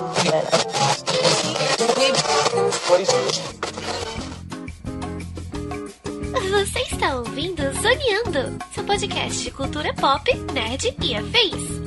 Você está ouvindo Zoneando, seu podcast de cultura pop, nerd e afins.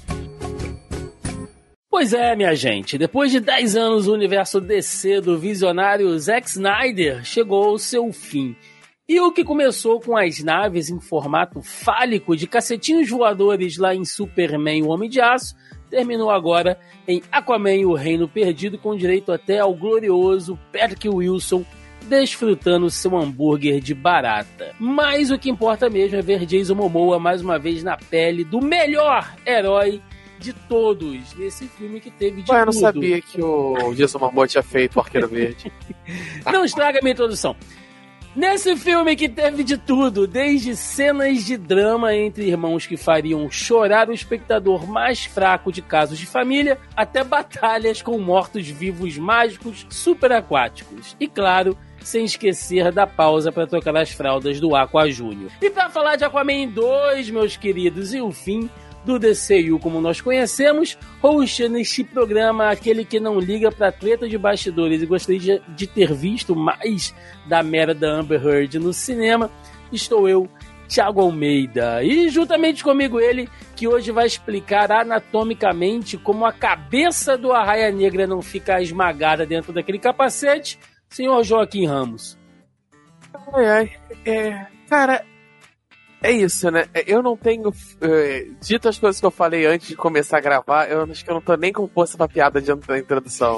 Pois é, minha gente, depois de 10 anos o universo DC do visionário Zack Snyder chegou ao seu fim. E o que começou com as naves em formato fálico de cacetinhos voadores lá em Superman, o Homem de Aço, terminou agora em Aquaman, o Reino Perdido, com direito até ao glorioso Patrick Wilson desfrutando seu hambúrguer de barata. Mas o que importa mesmo é ver Jason Momoa mais uma vez na pele do melhor herói de todos, nesse filme que teve de tudo. Eu não sabia que o Jason Momoa tinha feito o Arqueiro Verde. Não estraga a minha introdução. Nesse filme que teve de tudo, desde cenas de drama entre irmãos que fariam chorar o espectador mais fraco de Casos de Família, até batalhas com mortos-vivos mágicos super aquáticos. E claro, sem esquecer da pausa para trocar as fraldas do Aqua Júnior. E para falar de Aquaman 2, meus queridos, e o fim do DCU como nós conhecemos, host neste programa aquele que não liga pra treta de bastidores e gostaria de ter visto mais da merda da Amber Heard no cinema, estou eu, Thiago Almeida, e juntamente comigo ele, que hoje vai explicar anatomicamente como a cabeça do Arraia Negra não fica esmagada dentro daquele capacete, senhor Joaquim Ramos. Cara, é isso, né? Eu não tenho... dito as coisas que eu falei antes de começar a gravar, eu acho que eu não tô nem com força pra piada da introdução.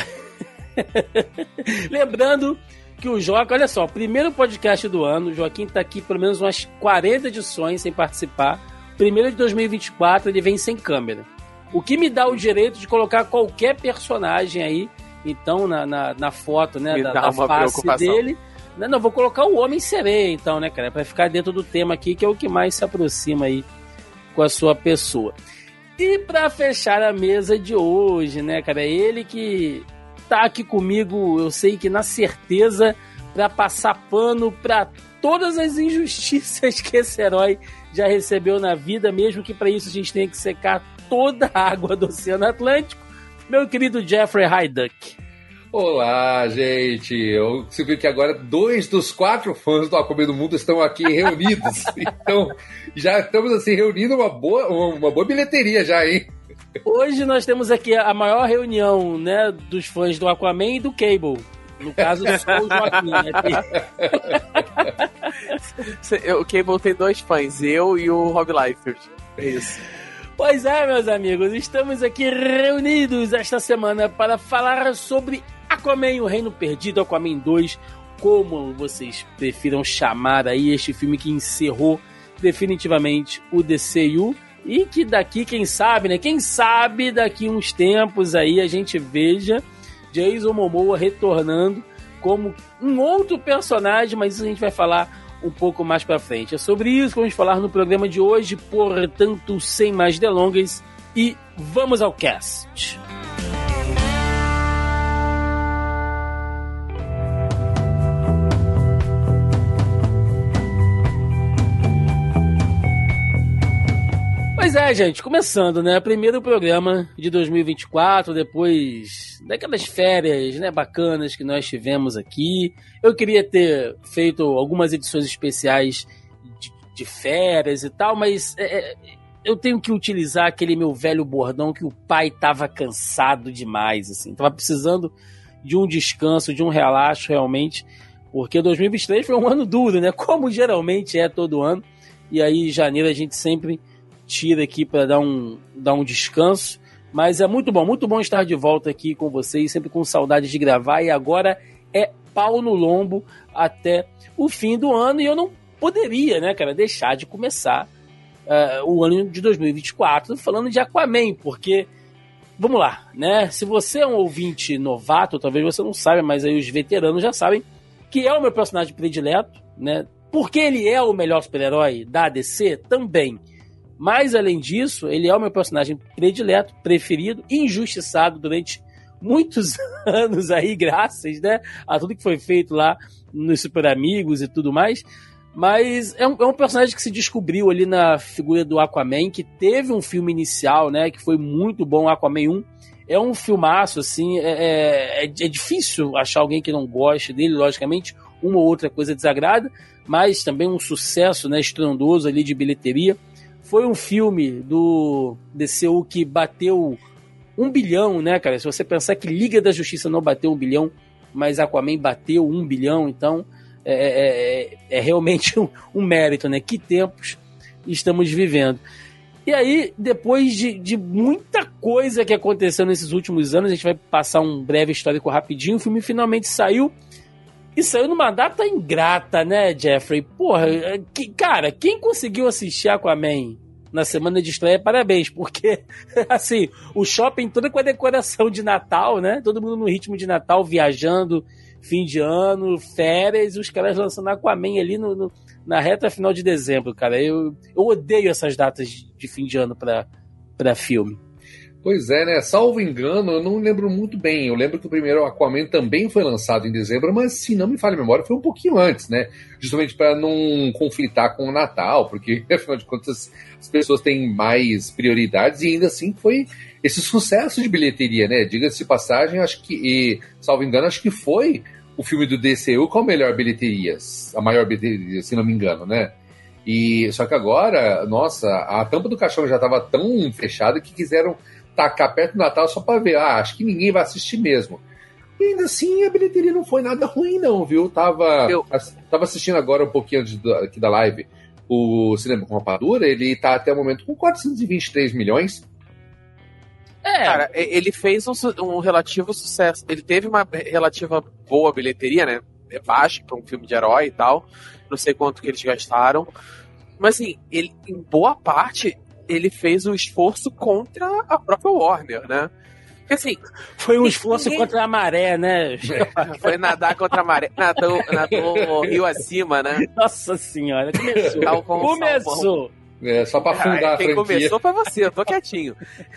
Lembrando que o Joaquim, olha só, primeiro podcast do ano, o Joaquim tá aqui pelo menos umas 40 edições sem participar. Primeiro de 2024, ele vem sem câmera. O que me dá o direito de colocar qualquer personagem aí, então, na foto, né, da face dele. Não, vou colocar o Homem-Sereia, então, né, cara? Pra ficar dentro do tema aqui, que é o que mais se aproxima aí com a sua pessoa. E pra fechar a mesa de hoje, né, cara? Ele que tá aqui comigo, eu sei que na certeza, pra passar pano pra todas as injustiças que esse herói já recebeu na vida, mesmo que pra isso a gente tenha que secar toda a água do Oceano Atlântico. Meu querido Jeffrey Hyduck. Olá, gente. Eu percebi que agora 2 dos 4 fãs do Aquaman do Mundo estão aqui reunidos. Então, já estamos assim reunindo uma boa bilheteria já, hein? Hoje nós temos aqui a maior reunião, né, dos fãs do Aquaman e do Cable. No caso, só o Joaquim, né? O Cable tem 2 fãs, eu e o Rob Liefeld. É isso. Pois é, meus amigos, estamos aqui reunidos esta semana para falar sobre Aquaman, o Reino Perdido, Aquaman 2, como vocês prefiram chamar aí este filme que encerrou definitivamente o DCU e que daqui, quem sabe, né? Quem sabe daqui uns tempos aí a gente veja Jason Momoa retornando como um outro personagem, mas isso a gente vai falar um pouco mais pra frente. É sobre isso que vamos falar no programa de hoje, portanto, sem mais delongas, e vamos ao cast. Pois é, gente, começando, né? Primeiro programa de 2024, depois daquelas férias, né, bacanas que nós tivemos aqui. Eu queria ter feito algumas edições especiais de férias e tal, mas eu tenho que utilizar aquele meu velho bordão que o pai tava cansado demais, assim. Tava precisando de um descanso, de um relaxo, realmente, porque 2023 foi um ano duro, né? Como geralmente é todo ano. E aí, em janeiro, a gente sempre tira aqui para dar um descanso, mas é muito bom estar de volta aqui com vocês, sempre com saudades de gravar, e agora é pau no lombo até o fim do ano, e eu não poderia, né, cara, deixar de começar o ano de 2024 falando de Aquaman, porque, vamos lá, né, se você é um ouvinte novato, talvez você não saiba, mas aí os veteranos já sabem que é o meu personagem predileto, né, porque ele é o melhor super-herói da DC também. Mas, além disso, ele é o meu personagem predileto, preferido, injustiçado durante muitos anos aí, graças, né, a tudo que foi feito lá nos Super Amigos e tudo mais. Mas é um personagem que se descobriu ali na figura do Aquaman, que teve um filme inicial, né, que foi muito bom, Aquaman 1. É um filmaço, assim, é difícil achar alguém que não goste dele, logicamente, uma ou outra coisa desagrada, mas também um sucesso, né, estrondoso ali de bilheteria. Foi um filme do DCU que bateu 1 bilhão, né, cara? Se você pensar que Liga da Justiça não bateu 1 bilhão, mas Aquaman bateu 1 bilhão, então é realmente um mérito, né? Que tempos estamos vivendo. E aí, depois de muita coisa que aconteceu nesses últimos anos, a gente vai passar um breve histórico rapidinho, o filme finalmente saiu, e saiu numa data ingrata, né, Jeffrey? Porra, cara, quem conseguiu assistir Aquaman na semana de estreia, parabéns, porque, assim, o shopping todo com a decoração de Natal, né? Todo mundo no ritmo de Natal, viajando, fim de ano, férias, e os caras lançando Aquaman ali na reta final de dezembro, cara. Eu odeio essas datas de fim de ano pra filme. Pois é, né? Salvo engano, eu não lembro muito bem. Eu lembro que o primeiro Aquaman também foi lançado em dezembro, mas se não me falha a memória, foi um pouquinho antes, né? Justamente para não conflitar com o Natal, porque afinal de contas as pessoas têm mais prioridades, e ainda assim foi esse sucesso de bilheteria, né? Diga-se de passagem, acho que, salvo engano, acho que foi o filme do DCU com a melhor bilheteria, a maior bilheteria, se não me engano, né? E só que agora, nossa, a tampa do caixão já estava tão fechada que quiseram tacar perto do Natal só para ver, acho que ninguém vai assistir mesmo. E ainda assim a bilheteria não foi nada ruim não, viu? Tava assistindo agora um pouquinho aqui da live o Cinema com Rapadura, ele tá até o momento com 423 milhões. Cara, ele fez um relativo sucesso. Ele teve uma relativa boa bilheteria, né? É baixo para um filme de herói e tal. Não sei quanto que eles gastaram. Mas assim, ele, em boa parte, ele fez o esforço contra a própria Warner, né? Porque assim... Foi um esforço contra a maré, né? Foi nadar contra a maré. Nadou rio acima, né? Nossa senhora, começou! Só pra afundar a franquia. Quem começou foi você, eu tô quietinho.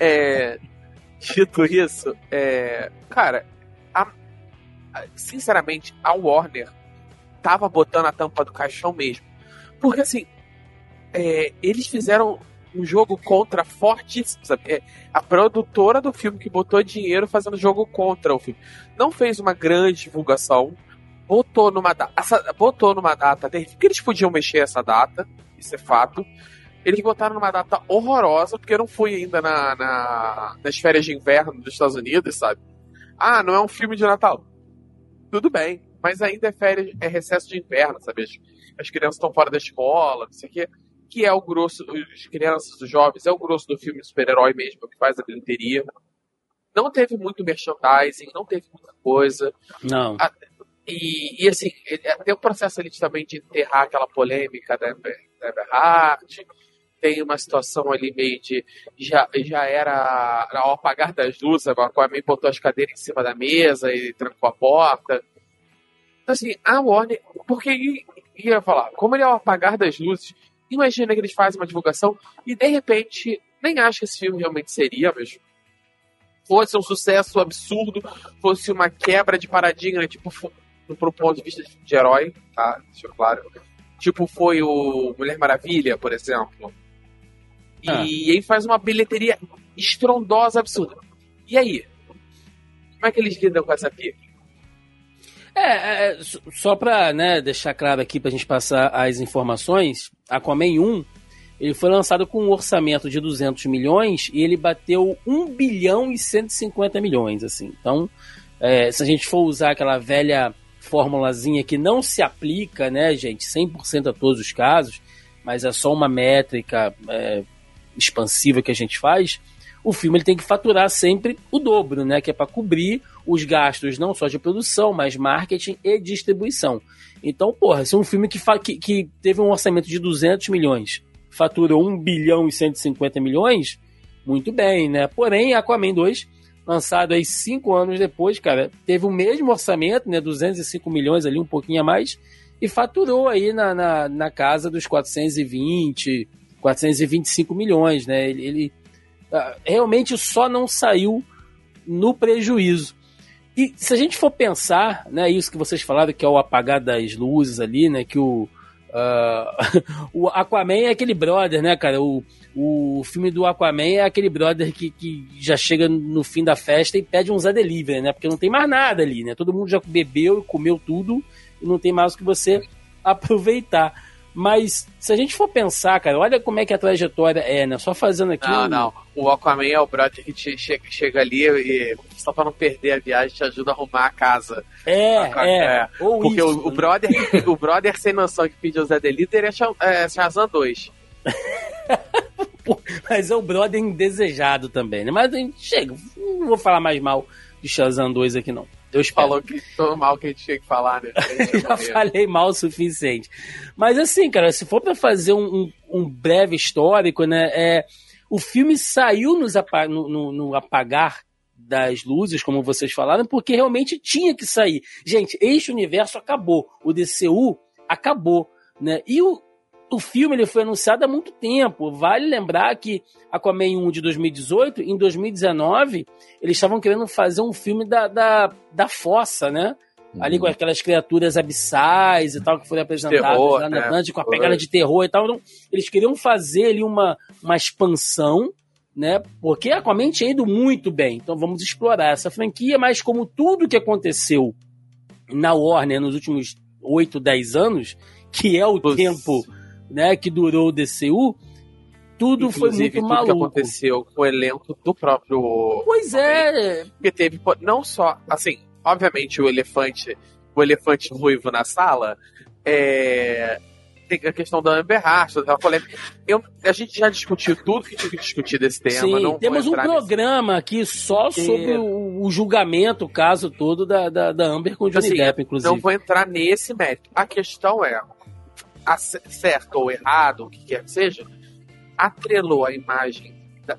Dito isso, cara, sinceramente, a Warner tava botando a tampa do caixão mesmo. Porque assim, eles fizeram um jogo contra fortíssimo, sabe? A produtora do filme que botou dinheiro fazendo jogo contra o filme. Não fez uma grande divulgação, botou numa data terrível, porque eles podiam mexer essa data, isso é fato. Eles botaram numa data horrorosa, porque eu não fui ainda nas férias de inverno dos Estados Unidos, sabe? Não é um filme de Natal. Tudo bem, mas ainda é recesso de inverno, sabe? As crianças estão fora da escola, não sei o quê. Que é o grosso, as crianças, os jovens, é o grosso do filme super-herói mesmo, que faz a bilheteria. Não teve muito merchandising, não teve muita coisa. Não. E assim, tem um processo ali também de enterrar aquela polêmica da Amber Heard. Tem uma situação ali meio de... Já era ao apagar das luzes, a Aquaman botou as cadeiras em cima da mesa e trancou a porta. Então assim, a Warner... Porque ia falar, como ele é ao apagar das luzes, imagina que eles fazem uma divulgação e de repente nem acho que esse filme realmente seria mesmo. Fosse um sucesso absurdo, fosse uma quebra de paradigma, tipo, pro ponto de vista de herói, tá? Deixa eu claro. Tipo, foi o Mulher Maravilha, por exemplo. E aí faz uma bilheteria estrondosa, absurda. E aí? Como é que eles lidam com essa pica? Só pra, né, deixar claro aqui pra gente passar as informações, Aquaman 1, ele foi lançado com um orçamento de 200 milhões e ele bateu 1 bilhão e 150 milhões, assim. Então, se a gente for usar aquela velha formulazinha que não se aplica, né, gente, 100% a todos os casos, mas é só uma métrica expansiva que a gente faz, o filme ele tem que faturar sempre o dobro, né, que é para cobrir os gastos não só de produção, mas marketing e distribuição. Então, porra, se um filme que teve um orçamento de 200 milhões faturou 1 bilhão e 150 milhões, muito bem, né? Porém, Aquaman 2, lançado aí 5 anos depois, cara, teve o mesmo orçamento, né, 205 milhões ali, um pouquinho a mais, e faturou aí na casa dos 425 milhões, né? Ele realmente só não saiu no prejuízo. E se a gente for pensar, né, isso que vocês falaram, que é o apagar das luzes ali, né, que O Aquaman é aquele brother, né, cara? O filme do Aquaman é aquele brother que já chega no fim da festa e pede um Zé Delivery, né? Porque não tem mais nada ali, né? Todo mundo já bebeu e comeu tudo e não tem mais o que você aproveitar. Mas, se a gente for pensar, cara, olha como é que a trajetória é, né? Só fazendo aqui... Não. O Aquaman é o brother que chega ali e, só pra não perder a viagem, te ajuda a arrumar a casa. Ou porque isso, o brother sem noção que pediu o Zé Delivery é Shazam 2. Mas é o brother indesejado também, né? Mas chega, não vou falar mais mal de Shazam 2 aqui, não. Deus falou que todo mal que a gente tinha que falar, né? Já falei mal o suficiente. Mas assim, cara, se for pra fazer um breve histórico, né? O filme saiu no apagar das luzes, como vocês falaram, porque realmente tinha que sair. Gente, este universo acabou. O DCU acabou, né? E o filme ele foi anunciado há muito tempo. Vale lembrar que Aquaman 1 de 2018, em 2019, eles estavam querendo fazer um filme da Fossa, né? Ali com aquelas criaturas abissais e tal, que foram apresentadas terror, lá na Atlântica, com a pegada de terror e tal. Então, eles queriam fazer ali uma expansão, né? Porque Aquaman tinha ido muito bem. Então vamos explorar essa franquia, mas como tudo que aconteceu na Warner nos últimos 8, 10 anos, que é o tempo, né, que durou o DCU, tudo foi muito maluco. Tudo que aconteceu com o elenco do próprio... Pois é. Porque teve, não só, assim, obviamente o elefante ruivo na sala, tem a questão da Amber Heard, da polêmica. A gente já discutiu tudo que tinha que discutir desse tema. Sim, não temos um programa aqui só sobre o julgamento, o caso todo da Amber com o Johnny Depp, inclusive. Não vou entrar nesse mérito. A questão é, certo ou errado, o que quer que seja, atrelou a imagem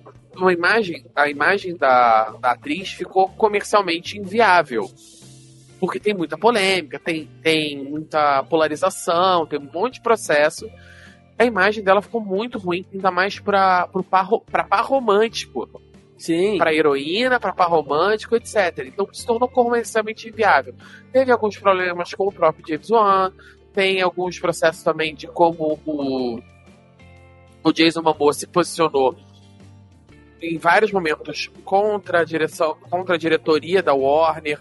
da atriz ficou comercialmente inviável. Porque tem muita polêmica, tem muita polarização, tem um monte de processo. A imagem dela ficou muito ruim, ainda mais pra par romântico. Sim. Pra heroína, pra par romântico, etc. Então se tornou comercialmente inviável. Teve alguns problemas com o próprio James Wan, tem alguns processos também de como o Jason Momoa se posicionou em vários momentos contra a diretoria da Warner,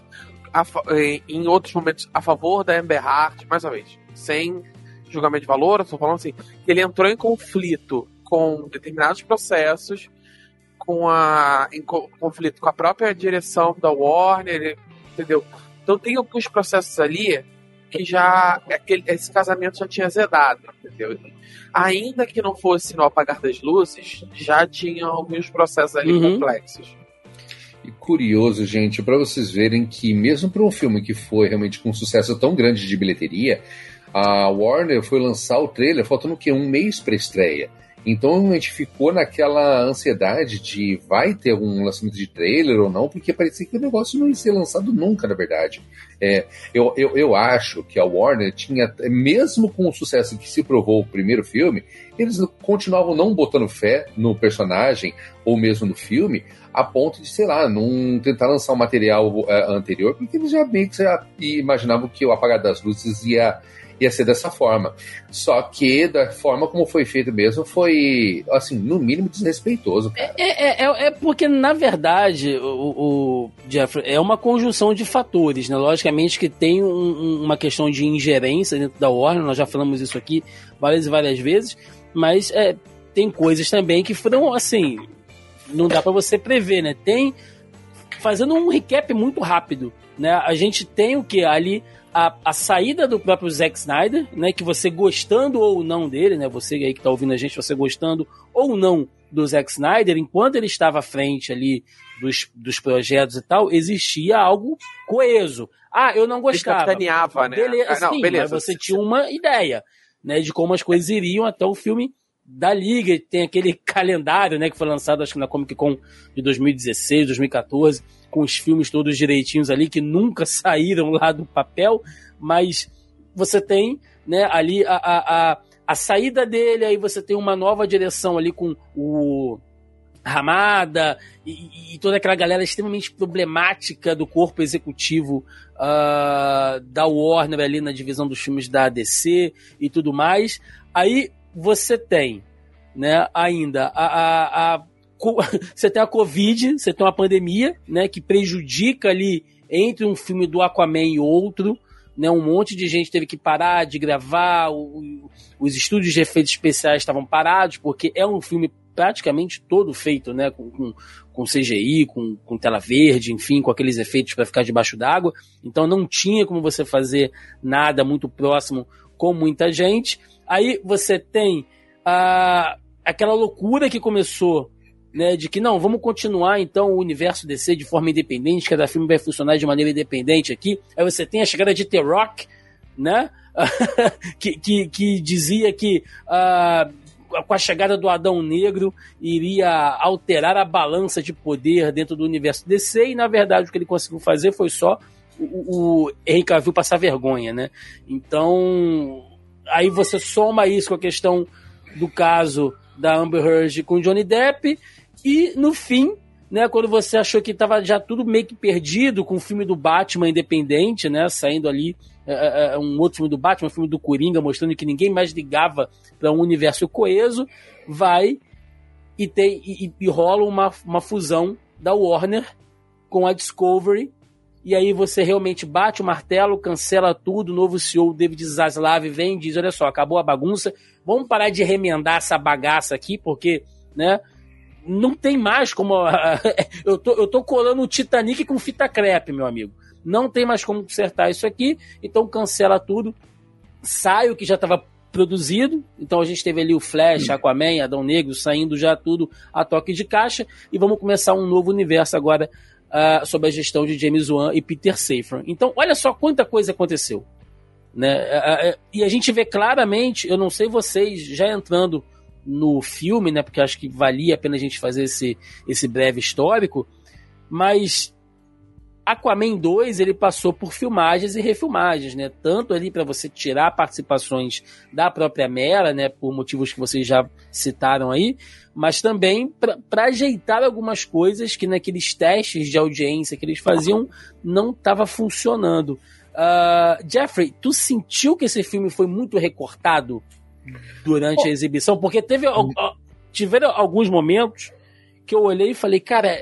em outros momentos a favor da Amber Heard, mais uma vez, sem julgamento de valor, eu estou falando assim, que ele entrou em conflito com determinados processos, em conflito com a própria direção da Warner, entendeu? Então tem alguns processos ali que esse casamento já tinha azedado, entendeu? Ainda que não fosse no apagar das luzes, já tinha alguns processos ali complexos. E curioso, gente, para vocês verem que mesmo para um filme que foi realmente com um sucesso tão grande de bilheteria, a Warner foi lançar o trailer faltando o quê? Um mês para a estreia. Então a gente ficou naquela ansiedade de vai ter algum lançamento de trailer ou não, porque parecia que o negócio não ia ser lançado nunca, na verdade. Eu acho que a Warner tinha, mesmo com o sucesso que se provou o primeiro filme, eles continuavam não botando fé no personagem ou mesmo no filme, a ponto de, sei lá, não tentar lançar um material anterior, porque eles já meio que imaginavam que o Apagar das Luzes ia ser dessa forma. Só que da forma como foi feito mesmo foi, assim, no mínimo desrespeitoso, cara. É porque, na verdade, o Jeffrey, é uma conjunção de fatores, né? Logicamente que tem uma questão de ingerência dentro da Warner, nós já falamos isso aqui várias e várias vezes, mas tem coisas também que foram, assim, não dá pra você prever, né? Fazendo um recap muito rápido, né? A gente tem o que ali... A saída do próprio Zack Snyder, né, que você gostando ou não dele, né, você aí que tá ouvindo a gente, você gostando ou não do Zack Snyder, enquanto ele estava à frente ali dos projetos e tal, existia algo coeso. Eu não gostava. Ele capitaneava, né? Beleza, sim, beleza. Mas você tinha uma ideia, né, de como as coisas iriam até o filme da Liga. Tem aquele calendário, né, que foi lançado acho que na Comic Con de 2016, 2014, com os filmes todos direitinhos ali, que nunca saíram lá do papel, mas você tem, né, ali a saída dele, aí você tem uma nova direção ali com Ramada e toda aquela galera extremamente problemática do corpo executivo da Warner ali na divisão dos filmes da DC e tudo mais. Aí você tem, né, ainda você tem a Covid, você tem uma pandemia, né, que prejudica ali entre um filme do Aquaman e outro, né, um monte de gente teve que parar de gravar, os estúdios de efeitos especiais estavam parados, porque é um filme praticamente todo feito, né, com CGI, com tela verde, enfim, com aqueles efeitos para ficar debaixo d'água, então não tinha como você fazer nada muito próximo com muita gente. Aí você tem aquela loucura que começou, né, de que não, vamos continuar então o universo DC de forma independente, cada filme vai funcionar de maneira independente aqui. Aí você tem a chegada de The Rock, né, que dizia que com a chegada do Adão Negro iria alterar a balança de poder dentro do universo DC, e na verdade o que ele conseguiu fazer foi só o Henry Cavill passar vergonha, né? Então aí você soma isso com a questão do caso da Amber Heard com o Johnny Depp, e no fim, né, quando você achou que estava já tudo meio que perdido com o filme do Batman independente, né, saindo ali um outro filme do Batman, um filme do Coringa, mostrando que ninguém mais ligava para um universo coeso, vai e rola uma fusão da Warner com a Discovery, e aí você realmente bate o martelo, cancela tudo, o novo CEO, David Zaslav, vem e diz, olha só, acabou a bagunça, vamos parar de remendar essa bagaça aqui, porque, né, não tem mais como... eu tô colando o Titanic com fita crepe, meu amigo. Não tem mais como consertar isso aqui, então cancela tudo, sai o que já estava produzido, então a gente teve ali o Flash, Aquaman, Adão Negro, saindo já tudo a toque de caixa, e vamos começar um novo universo agora sob a gestão de James Wan e Peter Safran. Então, olha só quanta coisa aconteceu, né? E a gente vê claramente, eu não sei vocês, já entrando no filme, né, porque acho que valia a pena a gente fazer esse breve histórico, mas Aquaman 2, ele passou por filmagens e refilmagens, né, tanto ali para você tirar participações da própria Mera, né, por motivos que vocês já citaram aí, mas também para ajeitar algumas coisas que naqueles testes de audiência que eles faziam não estava funcionando. Jeffrey, tu sentiu que esse filme foi muito recortado durante a exibição? Porque tiveram alguns momentos que eu olhei e falei, cara,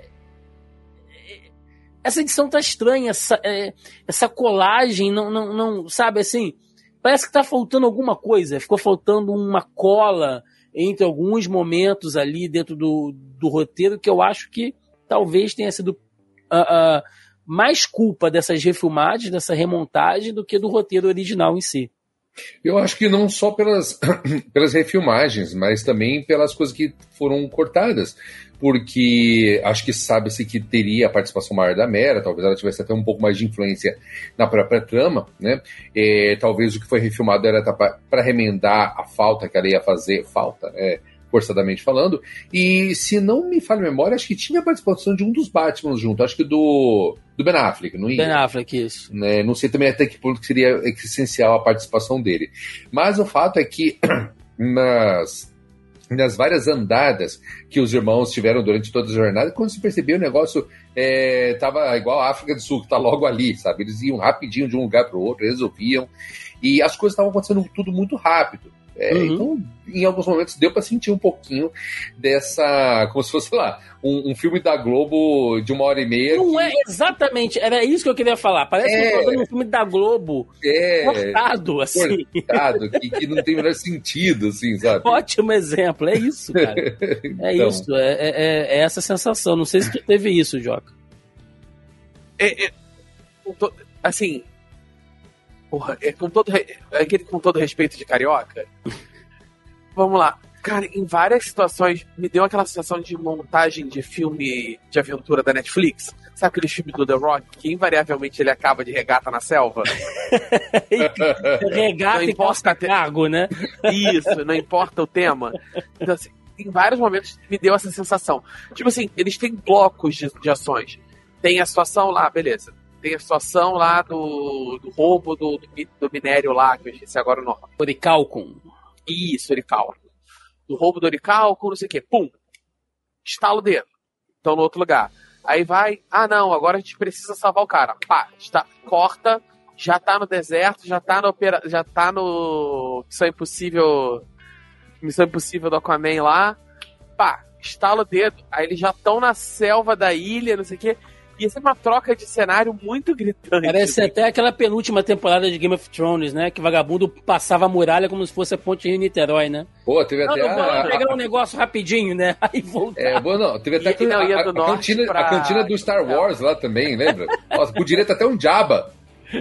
essa edição tá estranha, essa colagem não, sabe, assim, parece que tá faltando alguma coisa, ficou faltando uma cola entre alguns momentos ali dentro do roteiro, que eu acho que talvez tenha sido mais culpa dessas refilmagens, dessa remontagem, do que do roteiro original em si. Eu acho que não só pelas refilmagens, mas também pelas coisas que foram cortadas, porque acho que sabe-se que teria a participação maior da Mera, talvez ela tivesse até um pouco mais de influência na própria trama, né? Talvez o que foi refilmado era para remendar a falta que ela ia fazer, forçadamente falando, e se não me falha a memória, acho que tinha a participação de um dos Batman junto, acho que do Ben Affleck, não ia? Ben Affleck, isso. Né? Não sei também até que ponto que seria essencial a participação dele. Mas o fato é que nas várias andadas que os irmãos tiveram durante toda a jornada, quando se percebeu o negócio tava igual a África do Sul, que tá logo ali, sabe? Eles iam rapidinho de um lugar para o outro, resolviam, e as coisas estavam acontecendo tudo muito rápido. Então, em alguns momentos deu para sentir um pouquinho dessa, como se fosse lá, um filme da Globo de 1h30. Não é exatamente, era isso que eu queria falar. Parece que eu tô vendo um filme da Globo cortado, assim. Cortado, que não tem o menor sentido, assim, sabe? Ótimo exemplo, é isso, cara. Então, isso, é essa sensação. Não sei se tu teve isso, Joca. Assim, porra, com todo respeito de carioca, vamos lá. Cara, em várias situações me deu aquela sensação de montagem de filme de aventura da Netflix. Sabe aquele filme do The Rock, que invariavelmente ele acaba de regata na selva? Regata e costa cargo, né? Isso, não importa o tema. Então, assim, em vários momentos me deu essa sensação. Tipo assim, eles têm blocos de ações. Tem a situação lá, beleza. Tem a situação lá do roubo do minério lá, que eu esqueci agora o nome. Orichalcum. Isso, Orichalcum. Do roubo do Orichalcum, não sei o quê. Pum! estala o dedo. Estão no outro lugar. Aí vai, não, agora a gente precisa salvar o cara. Pá, corta, já tá no deserto, já tá no Missão Impossível do Aquaman lá. Pá, estala o dedo. Aí eles já estão na selva da ilha, não sei o quê. E essa é uma troca de cenário muito gritante. Parece até aquela penúltima temporada de Game of Thrones, né? Que vagabundo passava a muralha como se fosse a ponte Rio Niterói, né? Pô, teve até pegar um negócio rapidinho, né? Aí voltar. Teve até a cantina do Star Wars lá também, lembra? Nossa, podia ter até um Jabba.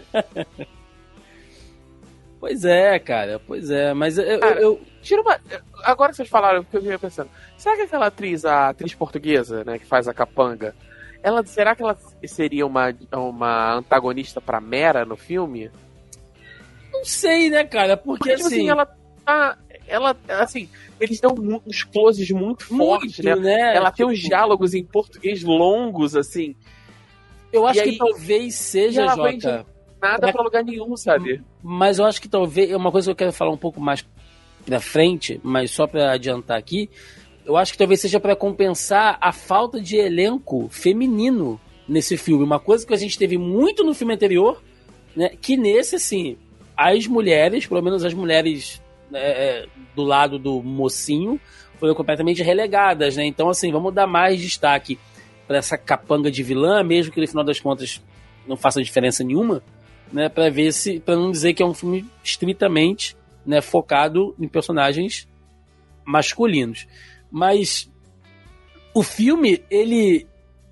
Pois é, cara, mas tira uma... Agora que vocês falaram, o que eu vinha pensando, será que aquela a atriz portuguesa, né, que faz a Capanga, será que ela seria uma antagonista pra Mera no filme? Não sei, né, cara, porque tipo assim, ela assim, eles dão uns closes muito fortes, né? Ela tem uns diálogos em português longos, assim. Eu acho que talvez seja, Jota, nada pra lugar nenhum, sabe? Mas eu acho que talvez, é uma coisa que eu quero falar um pouco mais pra frente, mas só pra adiantar aqui, eu acho que talvez seja pra compensar a falta de elenco feminino nesse filme. Uma coisa que a gente teve muito no filme anterior, né, que nesse, assim, as mulheres, pelo menos as mulheres do lado do mocinho, foram completamente relegadas, né? Então, assim, vamos dar mais destaque pra essa capanga de vilã, mesmo que no final das contas não faça diferença nenhuma, né, para não dizer que é um filme estritamente, né, focado em personagens masculinos. Mas o filme, ele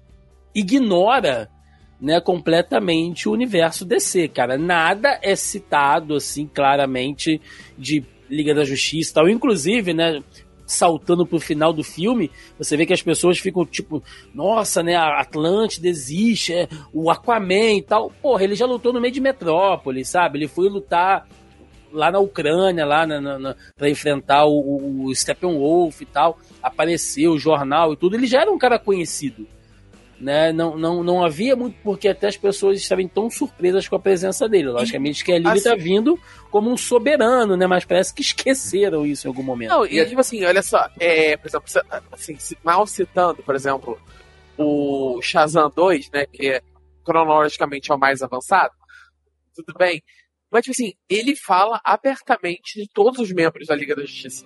ignora, né, completamente o universo DC, cara. Nada é citado assim claramente de Liga da Justiça e tal. Inclusive, né, saltando pro final do filme, você vê que as pessoas ficam tipo, nossa, né, a Atlântida existe, o Aquaman e tal. Porra, ele já lutou no meio de Metrópolis, sabe? Ele foi lutar lá na Ucrânia, lá pra enfrentar o Steppenwolf e tal. Apareceu o jornal e tudo. Ele já era um cara conhecido, né? Não havia muito porque até as pessoas estarem tão surpresas com a presença dele. Logicamente que ele tá vindo como um soberano, né? Mas parece que esqueceram isso em algum momento. Não, e tipo assim, olha só, por exemplo, assim, mal citando, por exemplo, o Shazam 2, né? Que cronologicamente é o mais avançado, tudo bem. Mas, tipo assim, ele fala abertamente de todos os membros da Liga da Justiça.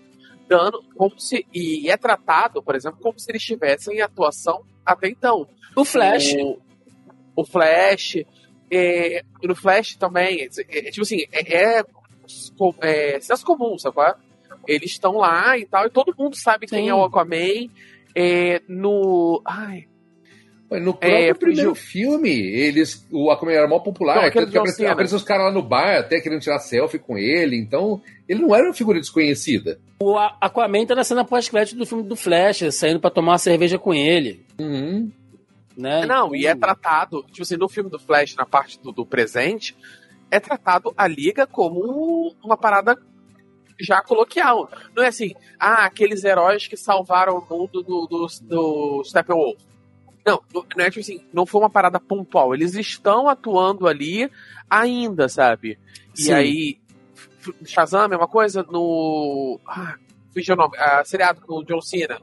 E é tratado, por exemplo, como se eles estivessem em atuação até então. O Flash. O Flash. No Flash também. Tipo assim, senso comum, sabe qual é? Eles estão lá e tal, e todo mundo sabe quem é o Aquaman. No próprio primeiro filme, o Aquaman era mó popular, apareceu os caras lá no bar até querendo tirar selfie com ele, então ele não era uma figura desconhecida. O Aquaman tá na cena pós-crédito do filme do Flash, saindo pra tomar uma cerveja com ele. Uhum. Né? Não, e é tratado, tipo assim, no filme do Flash, na parte do presente, é tratado a Liga como uma parada já coloquial. Não é assim, aqueles heróis que salvaram o mundo do Steppenwolf. Não é tipo assim, não foi uma parada pontual. Eles estão atuando ali ainda, sabe? Sim. E aí, Shazam, a mesma coisa, fugiu o nome, seriado com o John Cena.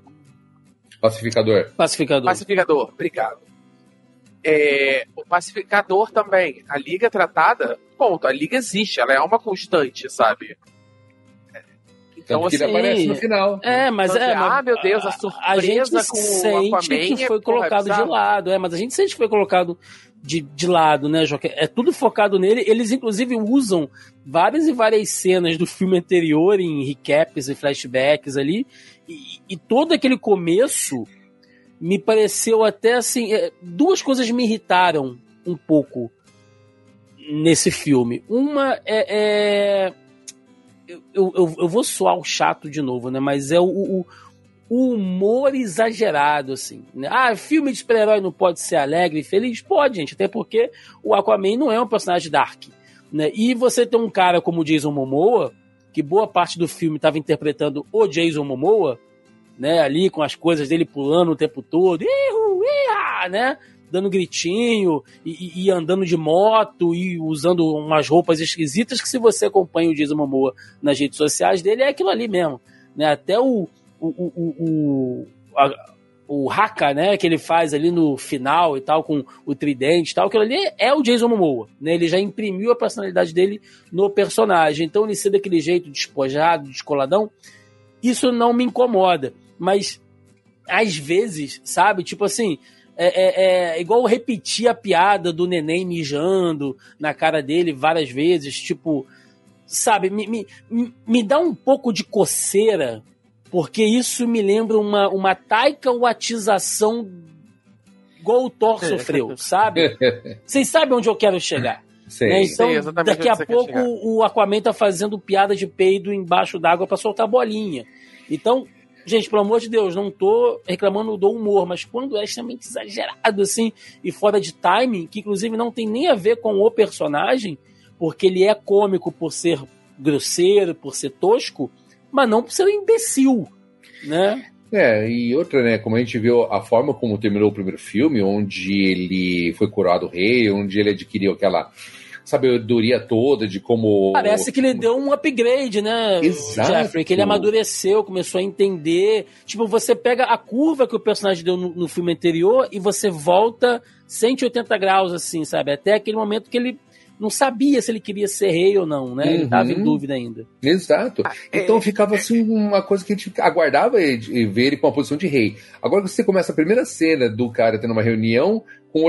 Pacificador, obrigado. O Pacificador também. A Liga é tratada, ponto, a Liga existe, ela é uma constante, sabe? Então, assim, ele aparece no final. Mas meu Deus, a surpresa a gente com sente o Aquaman que foi colocado de lado. Mas a gente sente que foi colocado de lado, né, Joca? É tudo focado nele. Eles, inclusive, usam várias e várias cenas do filme anterior em recaps e flashbacks ali. E todo aquele começo me pareceu até assim... duas coisas me irritaram um pouco nesse filme. Uma eu vou soar o chato de novo, né? Mas é o humor exagerado, assim. Né? Filme de super-herói não pode ser alegre e feliz? Pode, gente. Até porque o Aquaman não é um personagem dark. Né? E você tem um cara como o Jason Momoa, que boa parte do filme estava interpretando o Jason Momoa, né? Ali com as coisas dele pulando o tempo todo, né? Dando gritinho e andando de moto e usando umas roupas esquisitas que, se você acompanha o Jason Momoa nas redes sociais dele, é aquilo ali mesmo, né? Até o o haka, né, que ele faz ali no final e tal, com o tridente e tal, aquilo ali é o Jason Momoa, né, ele já imprimiu a personalidade dele no personagem, então ele ser daquele jeito despojado, descoladão, isso não me incomoda, mas às vezes, sabe, tipo assim, é igual repetir a piada do neném mijando na cara dele várias vezes, tipo, sabe, me dá um pouco de coceira, porque isso me lembra uma Taika Waitização igual o Thor sofreu, sabe? Vocês sabem onde eu quero chegar. Sim. Né? Então, Sim, daqui a pouco o Aquaman tá fazendo piada de peido embaixo d'água pra soltar bolinha. Então, gente, pelo amor de Deus, não tô reclamando do humor, mas quando é extremamente exagerado, assim, e fora de timing, que inclusive não tem nem a ver com o personagem, porque ele é cômico por ser grosseiro, por ser tosco, mas não por ser um imbecil, né? E outra, né, como a gente viu a forma como terminou o primeiro filme, onde ele foi coroado rei, onde ele adquiriu aquela sabedoria toda de como... Parece que ele deu um upgrade, né, Exato. Jeffrey? Que ele amadureceu, começou a entender. Tipo, você pega a curva que o personagem deu no filme anterior e você volta 180 graus, assim, sabe? Até aquele momento que ele não sabia se ele queria ser rei ou não, né? Ele estava em dúvida ainda. Exato. Então ficava assim uma coisa que a gente aguardava e ver ele com a posição de rei. Agora que você começa a primeira cena do cara tendo uma reunião com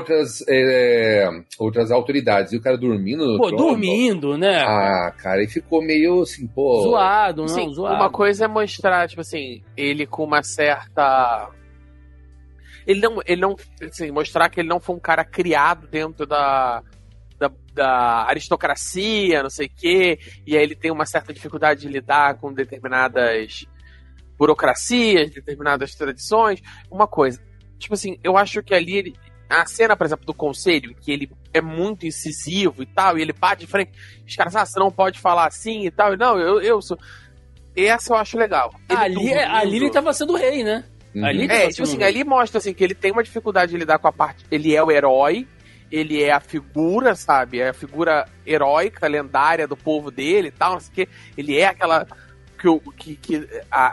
outras autoridades e o cara dormindo no trono. Dormindo, né? Cara, e ficou meio assim, zoado, não, sim, zoado. Uma coisa é mostrar, tipo assim, ele com uma certa... Ele não assim, mostrar que ele não foi um cara criado dentro da aristocracia, não sei o quê, e aí ele tem uma certa dificuldade de lidar com determinadas burocracias, determinadas tradições. Uma coisa, tipo assim, eu acho que ali a cena, por exemplo, do conselho, que ele é muito incisivo e tal, e ele bate de frente, os caras, você não pode falar assim e tal, não, eu sou... Essa eu acho legal. Ali ele tava sendo rei, né? Ali tipo assim, ali mostra assim, que ele tem uma dificuldade de lidar com a parte... Ele é o herói, ele é a figura, sabe? É a figura heróica, lendária do povo dele e tal, não sei o quê. Ele é aquela que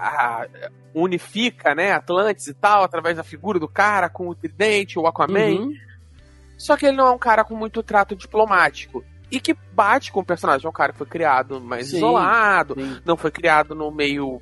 unifica, né, Atlantis e tal, através da figura do cara com o tridente, o Aquaman. Só que ele não é um cara com muito trato diplomático. E que bate com o personagem. É um cara que foi criado mais isolado, não foi criado no meio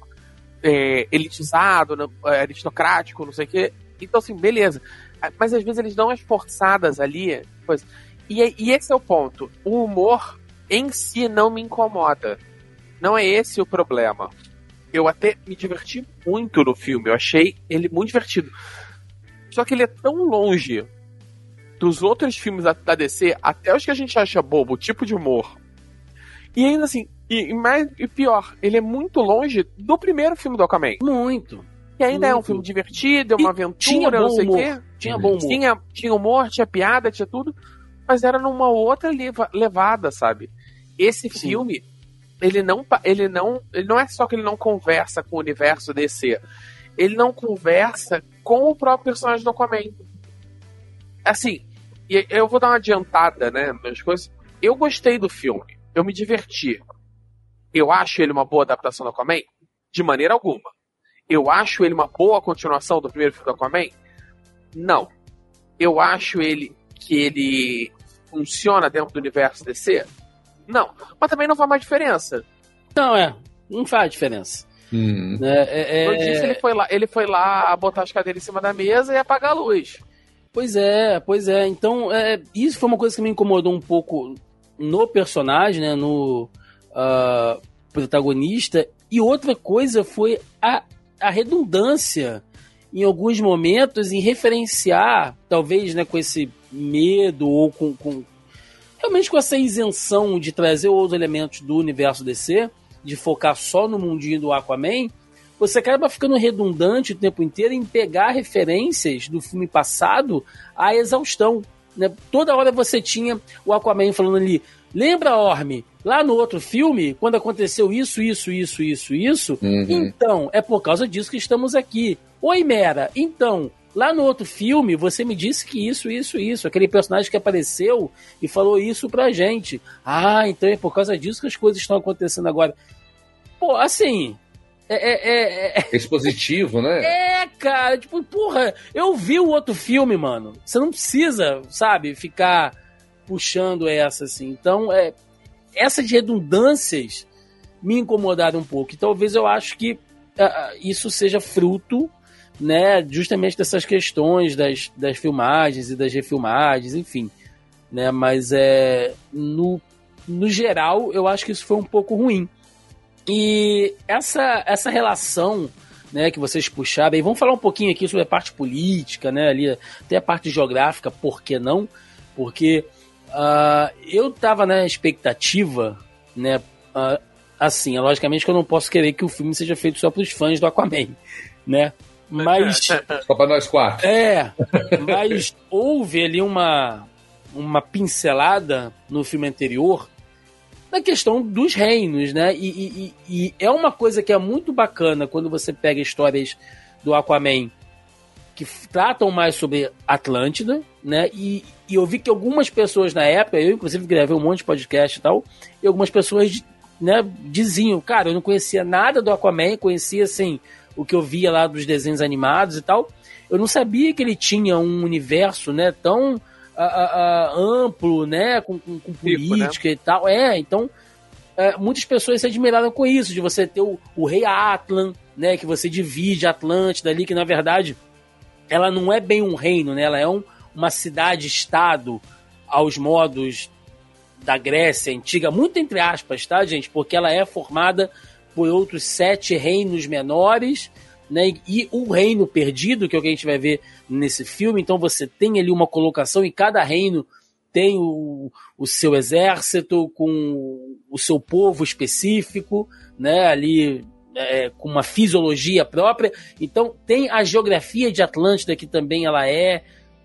elitizado, aristocrático, não sei o quê. Então, assim, beleza. Mas às vezes eles dão as forçadas ali. E esse é o ponto. O humor em si não me incomoda. Não é esse o problema. Eu até me diverti muito no filme. Eu achei ele muito divertido. Só que ele é tão longe dos outros filmes da DC, até os que a gente acha bobo, o tipo de humor. E ainda assim, e pior, ele é muito longe do primeiro filme do Aquaman. Muito. E ainda é um filme divertido, é uma aventura, não sei o quê. Tinha bom humor. Tinha humor, tinha piada, tinha tudo. Mas era numa outra levada, sabe? Esse filme, ele não é só que ele não conversa com o universo DC. Ele não conversa com o próprio personagem do Aquaman. Assim, eu vou dar uma adiantada, né, nas coisas. Eu gostei do filme. Eu me diverti. Eu acho ele uma boa adaptação do Aquaman? De maneira alguma. Eu acho ele uma boa continuação do primeiro filme do Aquaman? Não. Eu acho que ele funciona dentro do universo DC? Não. Mas também não faz mais diferença. Não faz diferença. Eu disse, ele foi lá botar as cadeiras em cima da mesa e apagar a luz. Pois é. Então, isso foi uma coisa que me incomodou um pouco no personagem, né, no protagonista. E outra coisa foi a redundância em alguns momentos em referenciar, talvez, né, com esse medo ou realmente com essa isenção de trazer outros elementos do universo DC, de focar só no mundinho do Aquaman, você acaba ficando redundante o tempo inteiro em pegar referências do filme passado à exaustão, né? Toda hora você tinha o Aquaman falando ali, lembra, Orme, lá no outro filme, quando aconteceu isso, então, é por causa disso que estamos aqui. Oi, Mera, então, lá no outro filme, você me disse que isso, aquele personagem que apareceu e falou isso pra gente. Então é por causa disso que as coisas estão acontecendo agora. Pô, assim, expositivo, né? Cara, tipo, porra, eu vi o outro filme, mano. Você não precisa, sabe, ficar puxando essa, assim. Então, essas redundâncias me incomodaram um pouco. E talvez eu acho que isso seja fruto, né, justamente dessas questões das filmagens e das refilmagens, enfim. Né, mas no geral, eu acho que isso foi um pouco ruim. E essa relação, né, que vocês puxaram, e vamos falar um pouquinho aqui sobre a parte política, né, ali, até a parte geográfica, por que não? Porque eu tava na expectativa, né, assim, logicamente que eu não posso querer que o filme seja feito só pros fãs do Aquaman, né, mas... Só pra nós quatro. Mas houve ali uma pincelada no filme anterior na questão dos reinos, né? E é uma coisa que é muito bacana quando você pega histórias do Aquaman que tratam mais sobre Atlântida, né? E eu vi que algumas pessoas na época, eu inclusive gravei um monte de podcast e tal, e algumas pessoas, né, diziam, cara, eu não conhecia nada do Aquaman, conhecia, assim, o que eu via lá dos desenhos animados e tal. Eu não sabia que ele tinha um universo, né, tão... amplo, né, com política, né, e tal. Então muitas pessoas se admiraram com isso, de você ter o rei Atlan, né, que você divide a Atlântida ali, que na verdade ela não é bem um reino, né, ela é uma cidade-estado aos modos da Grécia antiga, muito entre aspas, tá, gente, porque ela é formada por outros 7 reinos menores, né, e o reino perdido, que é o que a gente vai ver nesse filme. Então você tem ali uma colocação e cada reino tem o seu exército com o seu povo específico, né, ali com uma fisiologia própria. Então tem a geografia de Atlântida, que também ela é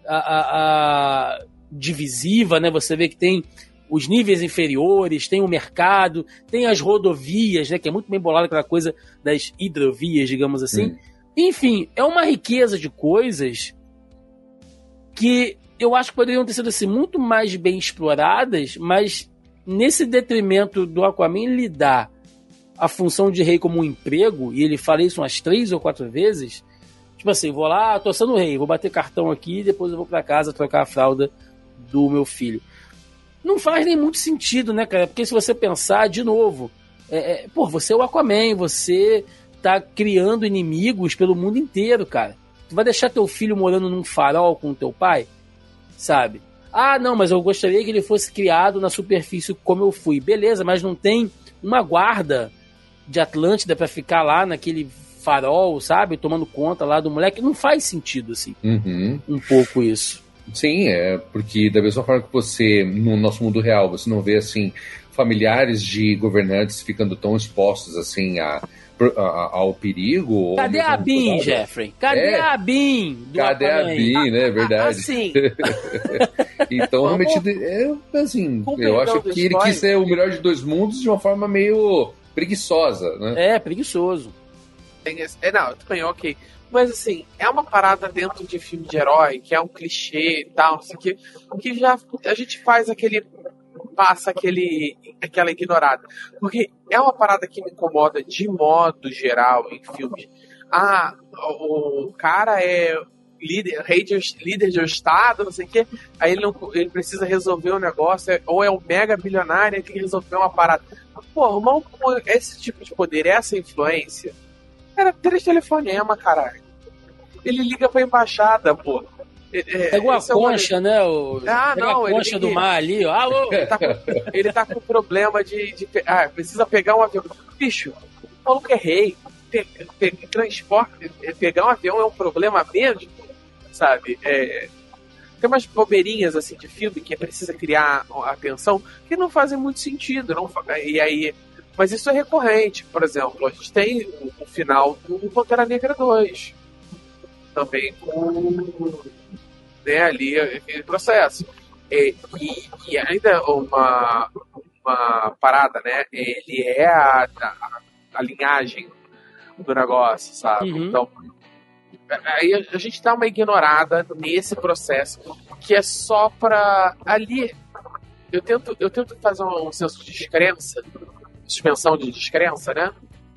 divisiva, né, você vê que tem os níveis inferiores, tem o mercado, tem as rodovias, né, que é muito bem bolada aquela coisa das hidrovias, digamos assim. Enfim, é uma riqueza de coisas que eu acho que poderiam ter sido assim, muito mais bem exploradas, mas nesse detrimento do Aquaman lhe dá a função de rei como um emprego, e ele fala isso umas 3 ou 4 vezes, tipo assim, vou lá, tô sendo rei, vou bater cartão aqui e depois eu vou pra casa trocar a fralda do meu filho. Não faz nem muito sentido, né, cara? Porque se você pensar, de novo, você é o Aquaman, você tá criando inimigos pelo mundo inteiro, cara. Tu vai deixar teu filho morando num farol com o teu pai? Sabe? Ah, não, mas eu gostaria que ele fosse criado na superfície como eu fui. Beleza, mas não tem uma guarda de Atlântida pra ficar lá naquele farol, sabe? Tomando conta lá do moleque. Não faz sentido, assim. Um pouco isso. Sim, porque da mesma forma que você, no nosso mundo real, você não vê, assim, familiares de governantes ficando tão expostos, assim, ao perigo. Cadê a Bean, Jeffrey? Cadê a Bean? Cadê a Bean, né? Verdade. Assim. Então, realmente, assim, eu acho que ele quis ser o melhor de 2 mundos de uma forma meio preguiçosa, né? Preguiçoso. Não, também, ok. Mas assim, é uma parada dentro de filme de herói, que é um clichê e tal, assim, que já a gente faz passa aquela ignorada. Porque é uma parada que me incomoda de modo geral em filmes. O cara é líder de um estado, não sei o quê, aí ele precisa resolver um negócio, ou é um mega bilionário e tem que resolver uma parada. Pô, esse tipo de poder, essa influência, era 3 telefonemas, caralho. Ele liga pra embaixada, pô. Pegou a concha, né? A concha do mar ali, ó. Alô! Ele tá com problema de precisa pegar um avião. Bicho, o maluco é rei. Transporte, pegar um avião é um problema mesmo, sabe? Tem umas bobeirinhas assim de filme que precisa criar atenção que não fazem muito sentido. Mas isso é recorrente. Por exemplo, a gente tem o final do Pantera Negra 2. Também com ali aquele processo. E ainda uma parada, né? Ele é a linhagem do negócio, sabe? Então, aí a gente dá uma ignorada nesse processo que é só pra ali. Eu tento fazer um senso de descrença, suspensão de descrença, né?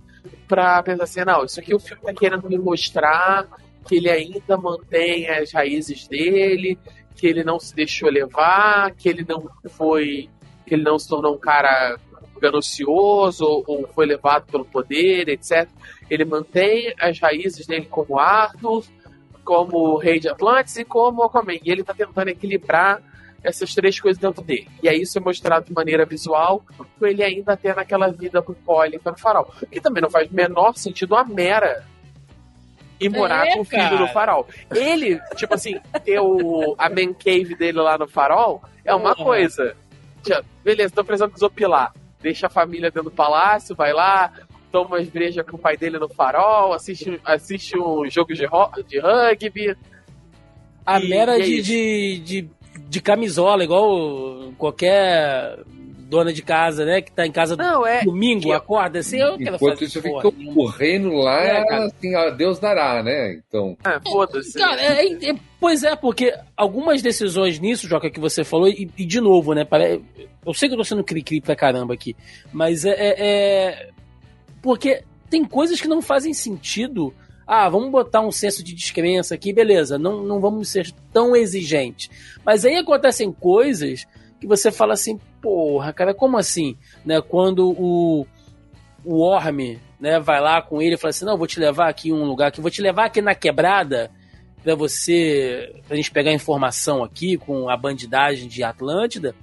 pra pensar assim, não, isso aqui o filme tá querendo me mostrar que ele ainda mantém as raízes dele, que ele não se deixou levar, que ele não se tornou um cara ganancioso ou foi levado pelo poder, etc. Ele mantém as raízes dele como Arthur, como Rei de Atlantis e como Aquaman. E ele tá tentando equilibrar essas três coisas dentro dele. E aí isso é mostrado de maneira visual, com ele ainda tendo aquela vida bucólica no farol. Que também não faz o menor sentido a Mera ir morar com o filho no farol. Ele, tipo assim, ter a man cave dele lá no farol é uma coisa. Beleza, tô precisando desopilar. Deixa a família dentro do palácio, vai lá, toma umas brejas com o pai dele no farol, assiste um jogo de rugby. A Mera de camisola, igual qualquer dona de casa, né? Que tá em casa domingo, acorda assim. Enquanto isso fica o reino lá, assim, ó, Deus dará, né? Então. Foda-se. Cara, pois é, porque algumas decisões nisso, Joca, que você falou, e de novo, né? Eu sei que eu tô sendo cri-cri pra caramba aqui, mas porque tem coisas que não fazem sentido. Vamos botar um senso de descrença aqui, beleza, não vamos ser tão exigentes. Mas aí acontecem coisas que você fala assim, porra, cara, como assim? Né? Quando o Orm, né, vai lá com ele e fala assim, não, vou te levar aqui em um lugar, vou te levar aqui na quebrada pra gente pegar informação aqui com a bandidagem de Atlântida.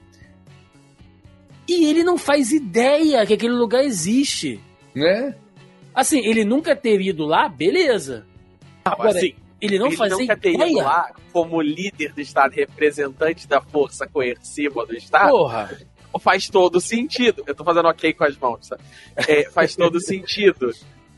E ele não faz ideia que aquele lugar existe. Né? Assim, ele nunca ter ido lá, beleza. Agora, assim, ele nunca ter ido lá como líder do Estado, representante da força coerciva do Estado. Porra. Faz todo sentido. Eu tô fazendo ok com as mãos, sabe? Faz todo sentido.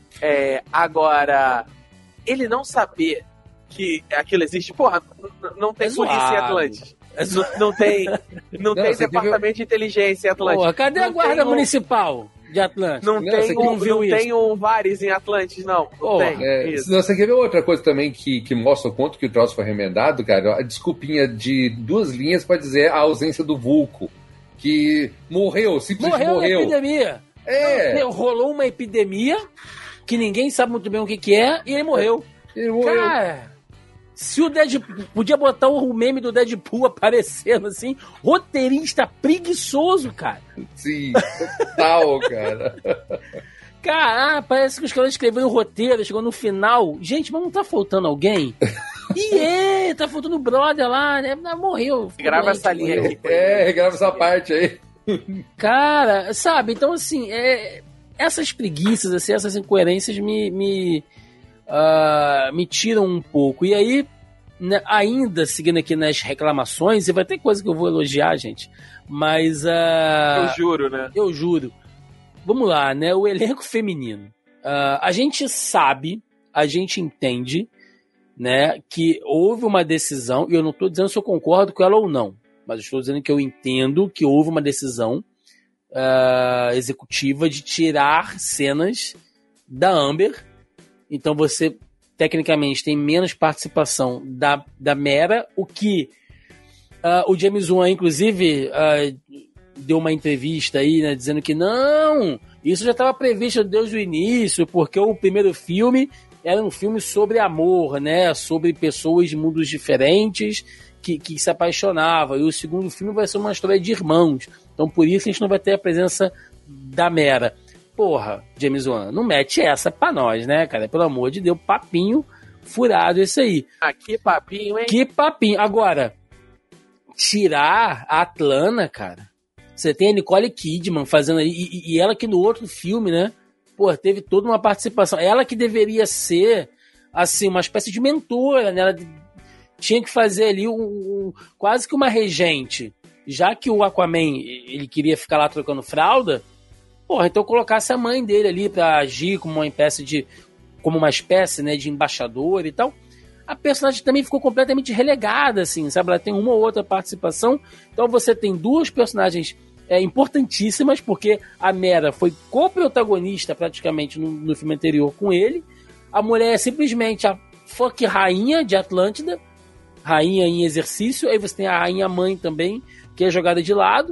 Agora, ele não saber que aquilo existe, porra, não tem polícia em Atlantis. Não tem departamento de inteligência em Atlantis. Porra, cadê a guarda municipal de Atlantis? Não tem um Varys em Atlantis, não. Não tem. Você quer ver outra coisa também que mostra o quanto que o troço foi remendado, cara? A desculpinha de 2 linhas pra dizer a ausência do Vulco. Que simplesmente morreu. Na epidemia. Rolou uma epidemia que ninguém sabe muito bem o que é e ele morreu. Cara, se o Deadpool... Podia botar o meme do Deadpool aparecendo assim, roteirista preguiçoso, cara. Sim, total, cara. Cara, parece que os caras escreveram o roteiro, chegou no final. Gente, mas não tá faltando alguém? Tá faltando o brother lá, né? Morreu. Grava essa linha aqui. Grava essa parte aí. Cara, sabe? Então, assim, essas preguiças, assim, essas incoerências me tiram um pouco. E aí, né, ainda seguindo aqui nas reclamações, e vai ter coisa que eu vou elogiar, gente, mas... Eu juro, né? Eu juro. Vamos lá, né? O elenco feminino. A gente sabe, a gente entende, né, que houve uma decisão, e eu não estou dizendo se eu concordo com ela ou não, mas estou dizendo que eu entendo que houve uma decisão executiva de tirar cenas da Amber. Então você, tecnicamente, tem menos participação da Mera, o que o James Wan, inclusive, deu uma entrevista aí, né, dizendo que não, isso já estava previsto desde o início, porque o primeiro filme era um filme sobre amor, né, sobre pessoas de mundos diferentes que se apaixonavam, e o segundo filme vai ser uma história de irmãos, então por isso a gente não vai ter a presença da Mera. Porra, James Wan, não mete essa pra nós, né, cara? Pelo amor de Deus, papinho furado esse aí. Que papinho, hein? Que papinho. Agora, tirar a Atlana, cara, você tem a Nicole Kidman fazendo aí, e ela que no outro filme, né, pô, teve toda uma participação. Ela que deveria ser, assim, uma espécie de mentora, né? Ela tinha que fazer ali quase que uma regente. Já que o Aquaman, ele queria ficar lá trocando fralda, porra, então colocasse a mãe dele ali pra agir como uma espécie, né, de embaixador e tal. A personagem também ficou completamente relegada, assim, sabe? Ela tem uma ou outra participação. Então você tem 2 personagens importantíssimas, porque a Mera foi co-protagonista praticamente no filme anterior com ele. A mulher é simplesmente a fuck rainha de Atlântida, rainha em exercício. Aí você tem a rainha mãe também, que é jogada de lado.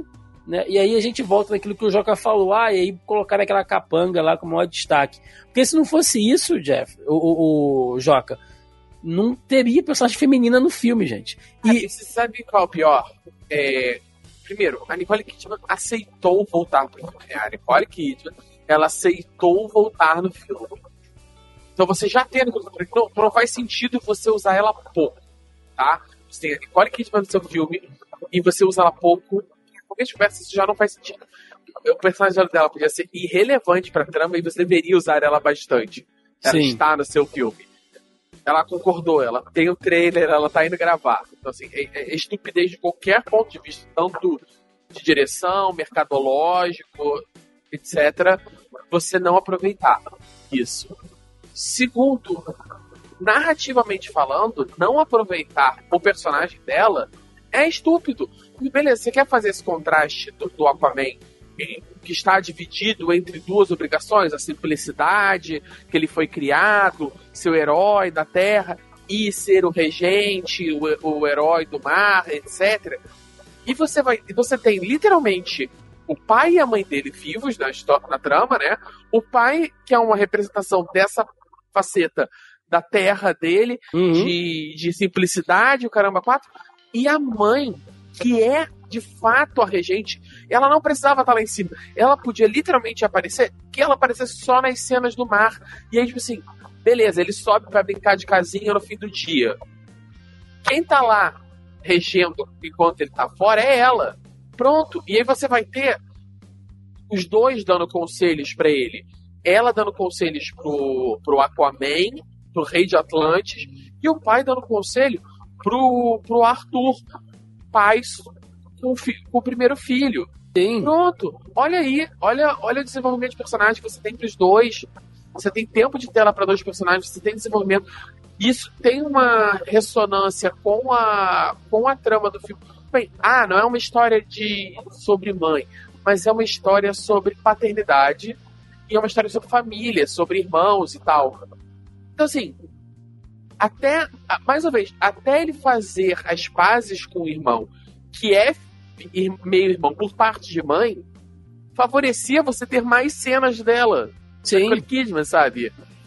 né? E aí a gente volta naquilo que o Joca falou, e aí colocaram aquela capanga lá com o maior destaque. Porque se não fosse isso, Jeff, o Joca, não teria personagem feminina no filme, gente. E você sabe qual é o pior? Primeiro, a Nicole Kidman aceitou voltar pro filme. A Nicole Kidman, ela aceitou voltar no filme. Então você já tem a Nicole Kidman, não faz sentido você usar ela pouco, tá? Você tem a Nicole Kidman no seu filme e você usa ela pouco. Qualquer conversa, isso já não faz sentido. O personagem dela podia ser irrelevante pra trama e você deveria usar ela bastante. Ela está no seu filme. Ela concordou, ela tem o trailer, ela tá indo gravar. Então, assim, é estupidez de qualquer ponto de vista, tanto de direção, mercadológico, etc., você não aproveitar isso. Segundo, narrativamente falando, não aproveitar o personagem dela é estúpido. Beleza, você quer fazer esse contraste do Aquaman, que está dividido entre duas obrigações, a simplicidade, que ele foi criado, ser o herói da Terra, e ser o regente, o herói do mar, etc. E você tem literalmente o pai e a mãe dele vivos na trama, né? O pai, que é uma representação dessa faceta da terra dele, de simplicidade, o caramba 4, e a mãe, que é de fato a regente, ela não precisava estar lá em cima. Ela podia literalmente aparecer, que ela aparecesse só nas cenas do mar. E aí, tipo assim, beleza, ele sobe pra brincar de casinha no fim do dia. Quem tá lá regendo enquanto ele tá fora é ela. Pronto. E aí você vai ter os dois dando conselhos pra ele. Ela dando conselhos pro Aquaman, pro Rei de Atlantis, e o pai dando conselho pro Arthur, pai com o primeiro filho. Sim. Pronto. Olha aí. Olha o desenvolvimento de personagem que você tem pros dois. Você tem tempo de tela para dois personagens, você tem desenvolvimento. Isso tem uma ressonância com a trama do filme. Bem, não é uma história sobre mãe, mas é uma história sobre paternidade e é uma história sobre família, sobre irmãos e tal. Então, assim, mais uma vez, até ele fazer as pazes com o irmão, que é meio irmão por parte de mãe, favorecia você ter mais cenas dela. Sim. Nicole Kidman, sabe?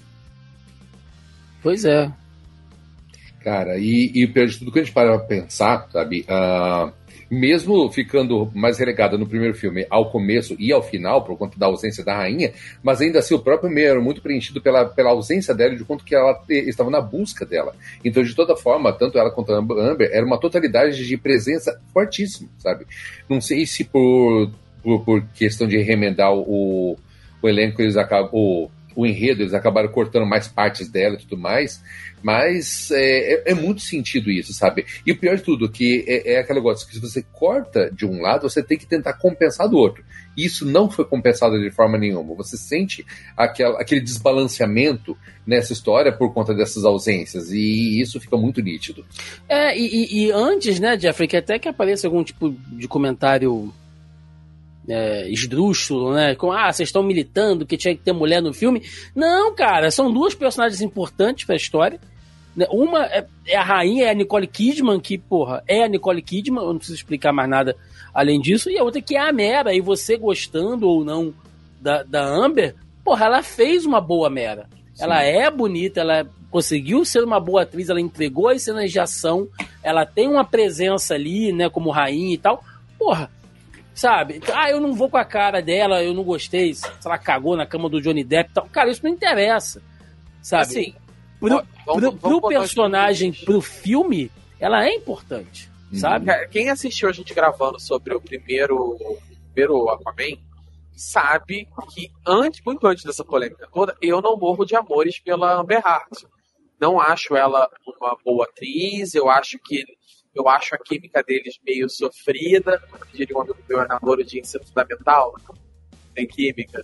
Pois é. Cara, e o pior de tudo que a gente para pra pensar, sabe? Mesmo ficando mais relegada no primeiro filme ao começo e ao final, por conta da ausência da rainha, mas ainda assim o próprio meio era muito preenchido pela ausência dela e de quanto que ela estava na busca dela. Então, de toda forma, tanto ela quanto a Amber era uma totalidade de presença fortíssima, sabe? Não sei se por questão de remendar o elenco, eles acabam... O enredo, eles acabaram cortando mais partes dela e tudo mais, mas é muito sentido isso, sabe? E o pior de tudo, que é aquele negócio que se você corta de um lado, você tem que tentar compensar do outro. E isso não foi compensado de forma nenhuma. Você sente aquele desbalanceamento nessa história por conta dessas ausências, e isso fica muito nítido. E antes, né, Jeffrey, que até que apareça algum tipo de comentário... esdrúxulo, né? Vocês estão militando que tinha que ter mulher no filme. Não, cara, são duas personagens importantes pra história. Uma é a rainha, é a Nicole Kidman, que, porra, é a Nicole Kidman, eu não preciso explicar mais nada além disso. E a outra que é a Mera, e você gostando ou não da Amber, porra, ela fez uma boa Mera. Sim. Ela é bonita, ela conseguiu ser uma boa atriz, ela entregou as cenas de ação, ela tem uma presença ali, né, como rainha e tal. Porra, sabe? Eu não vou com a cara dela, eu não gostei, se ela cagou na cama do Johnny Depp e tal. Cara, isso não interessa, sabe? Assim, pro personagem, pro filme, ela é importante, sabe? Quem assistiu a gente gravando sobre o primeiro Aquaman, sabe que muito antes dessa polêmica toda, eu não morro de amores pela Amber Heard. Não acho ela uma boa atriz, eu acho a química deles meio sofrida. Diria um amigo meu, namoro de ensino fundamental. Tem química.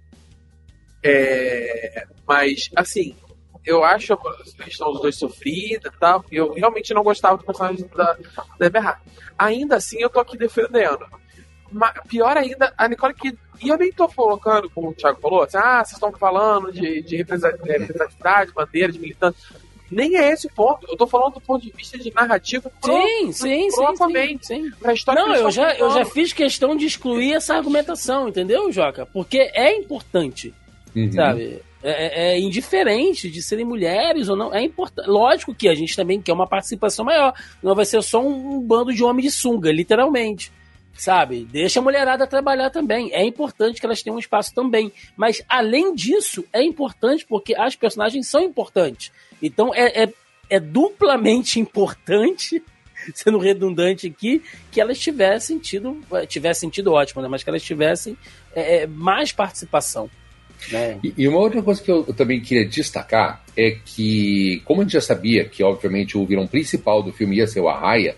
Mas, assim, eu acho a questão dos dois sofrida e tal. Eu realmente não gostava do personagem da Amber Heard. Ainda assim, eu tô aqui defendendo. Mas, pior ainda, a Nicole Kidman. E eu nem tô colocando, como o Thiago falou, assim, vocês estão falando de representatividade, bandeira, de militante. Nem é esse o ponto. Eu tô falando do ponto de vista de narrativa. Sim. Pra história não, eu já fiz questão de excluir essa argumentação, entendeu, Joca? Porque é importante, sabe? É indiferente de serem mulheres ou não. É importante. Lógico que a gente também quer uma participação maior. Não vai ser só um bando de homem de sunga, literalmente. Sabe? Deixa a mulherada trabalhar também. É importante que elas tenham um espaço também. Mas, além disso, é importante porque as personagens são importantes. Então, é duplamente importante, sendo redundante aqui, que elas tivessem tido ótimo, né? Mas que elas tivessem mais participação. Né? E uma outra coisa que eu também queria destacar é que, como a gente já sabia que, obviamente, o vilão principal do filme ia ser o Arraia,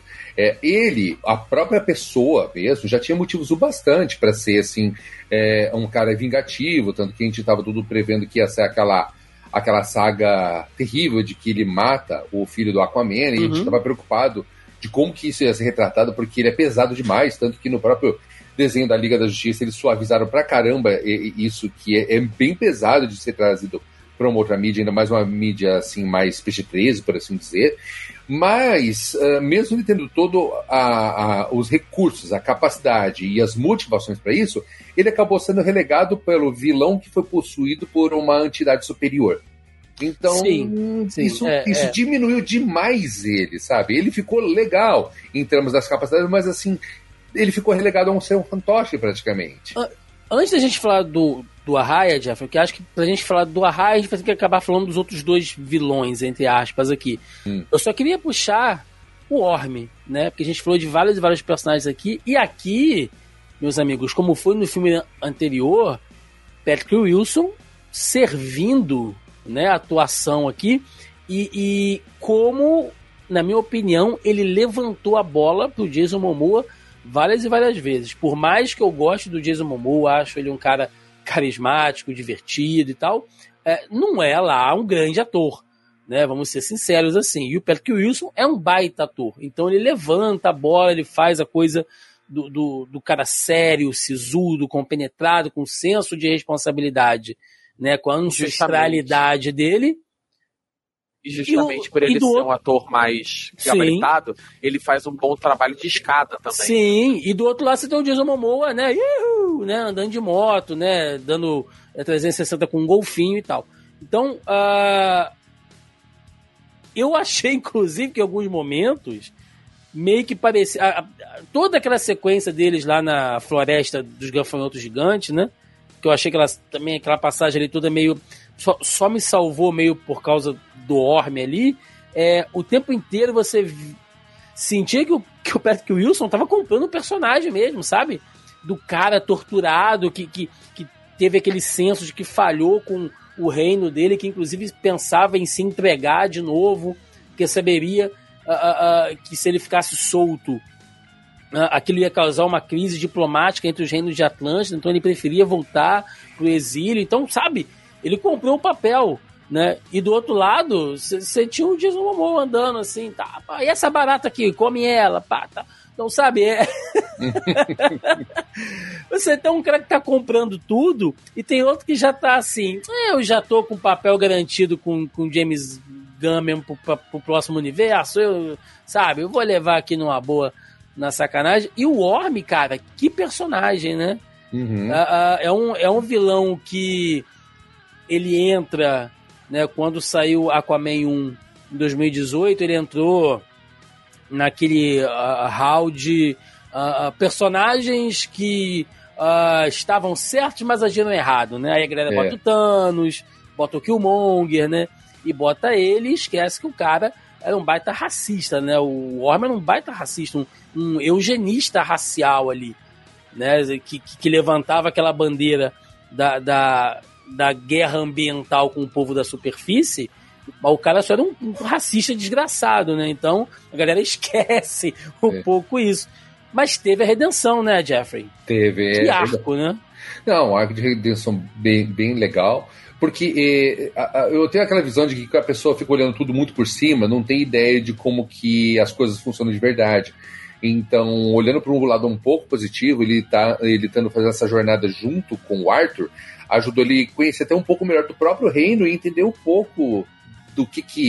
a própria pessoa mesmo, já tinha motivos o bastante para ser, assim, um cara vingativo, tanto que a gente estava tudo prevendo que ia ser aquela saga terrível de que ele mata o filho do Aquaman, e a gente estava preocupado de como que isso ia ser retratado, porque ele é pesado demais, tanto que no próprio desenho da Liga da Justiça eles suavizaram pra caramba isso, que é bem pesado de ser trazido para uma outra mídia, ainda mais uma mídia assim, mais peixe-preso, por assim dizer. Mas, mesmo ele tendo todos os recursos, a capacidade e as motivações para isso, ele acabou sendo relegado pelo vilão que foi possuído por uma entidade superior. Então, sim, isso diminuiu demais ele, sabe? Ele ficou legal em termos das capacidades, mas assim, ele ficou relegado a ser um fantoche praticamente. Antes da gente falar do Arraia, Jeff, porque acho que pra gente falar do Arraia, a gente vai ter que acabar falando dos outros dois vilões, entre aspas, aqui. Eu só queria puxar o Orm, né? Porque a gente falou de vários e vários personagens aqui. E aqui, meus amigos, como foi no filme anterior, Patrick Wilson servindo, né, a atuação aqui. E como, na minha opinião, ele levantou a bola pro Jason Momoa várias e várias vezes. Por mais que eu goste do Jason Momoa, acho ele um cara carismático, divertido e tal, não é lá um grande ator, né? Vamos ser sinceros assim. E o Patrick Wilson é um baita ator. Então ele levanta a bola, ele faz a coisa do cara sério, sisudo, compenetrado, com senso de responsabilidade, né? Com a ancestralidade dele. E justamente por ele ser um ator mais gabaritado, ele faz um bom trabalho de escada também. Sim, e do outro lado você tem o Jason Momoa, né? Né? Andando de moto, né? Dando 360 com um golfinho e tal. Então, eu achei, inclusive, que em alguns momentos meio que parecia... toda aquela sequência deles lá na floresta dos gafanhotos gigantes, né? Que eu achei que aquela passagem ali toda meio... Só me salvou meio por causa do Orm ali. O tempo inteiro você sentia que o Patrick Wilson tava comprando o personagem mesmo, sabe? Do cara torturado, que teve aquele senso de que falhou com o reino dele, que inclusive pensava em se entregar de novo, porque saberia que se ele ficasse solto, aquilo ia causar uma crise diplomática entre os reinos de Atlântida, então ele preferia voltar pro exílio. Então, sabe... Ele comprou o papel, né? E do outro lado, você tinha o Jason Momoa andando assim, tá? E essa barata aqui, come ela, pá, tá. Então, sabe, você tem um cara que tá comprando tudo e tem outro que já tá assim, eu já tô com papel garantido com James Gunn mesmo pro próximo universo, eu vou levar aqui numa boa, na sacanagem. E o Orm, cara, que personagem, né? É um vilão que ele entra, né, quando saiu Aquaman 1 em 2018, ele entrou naquele hall de personagens que estavam certos, mas agiram errado, né? Aí a galera bota o Thanos, bota o Killmonger, né? E bota ele e esquece que o cara era um baita racista, né? O Orm era um baita racista, um eugenista racial ali, né? Que levantava aquela bandeira da guerra ambiental com o povo da superfície, mas o cara só era um racista desgraçado, né? Então a galera esquece um pouco isso. Mas teve a redenção, né, Jeffrey? Teve. Que arco, né? Não, um arco de redenção bem legal, porque eu tenho aquela visão de que a pessoa fica olhando tudo muito por cima, não tem ideia de como que as coisas funcionam de verdade. Então, olhando para um lado um pouco positivo, ele tentando fazer essa jornada junto com o Arthur, ajudou ele a conhecer até um pouco melhor do próprio reino e entender um pouco do que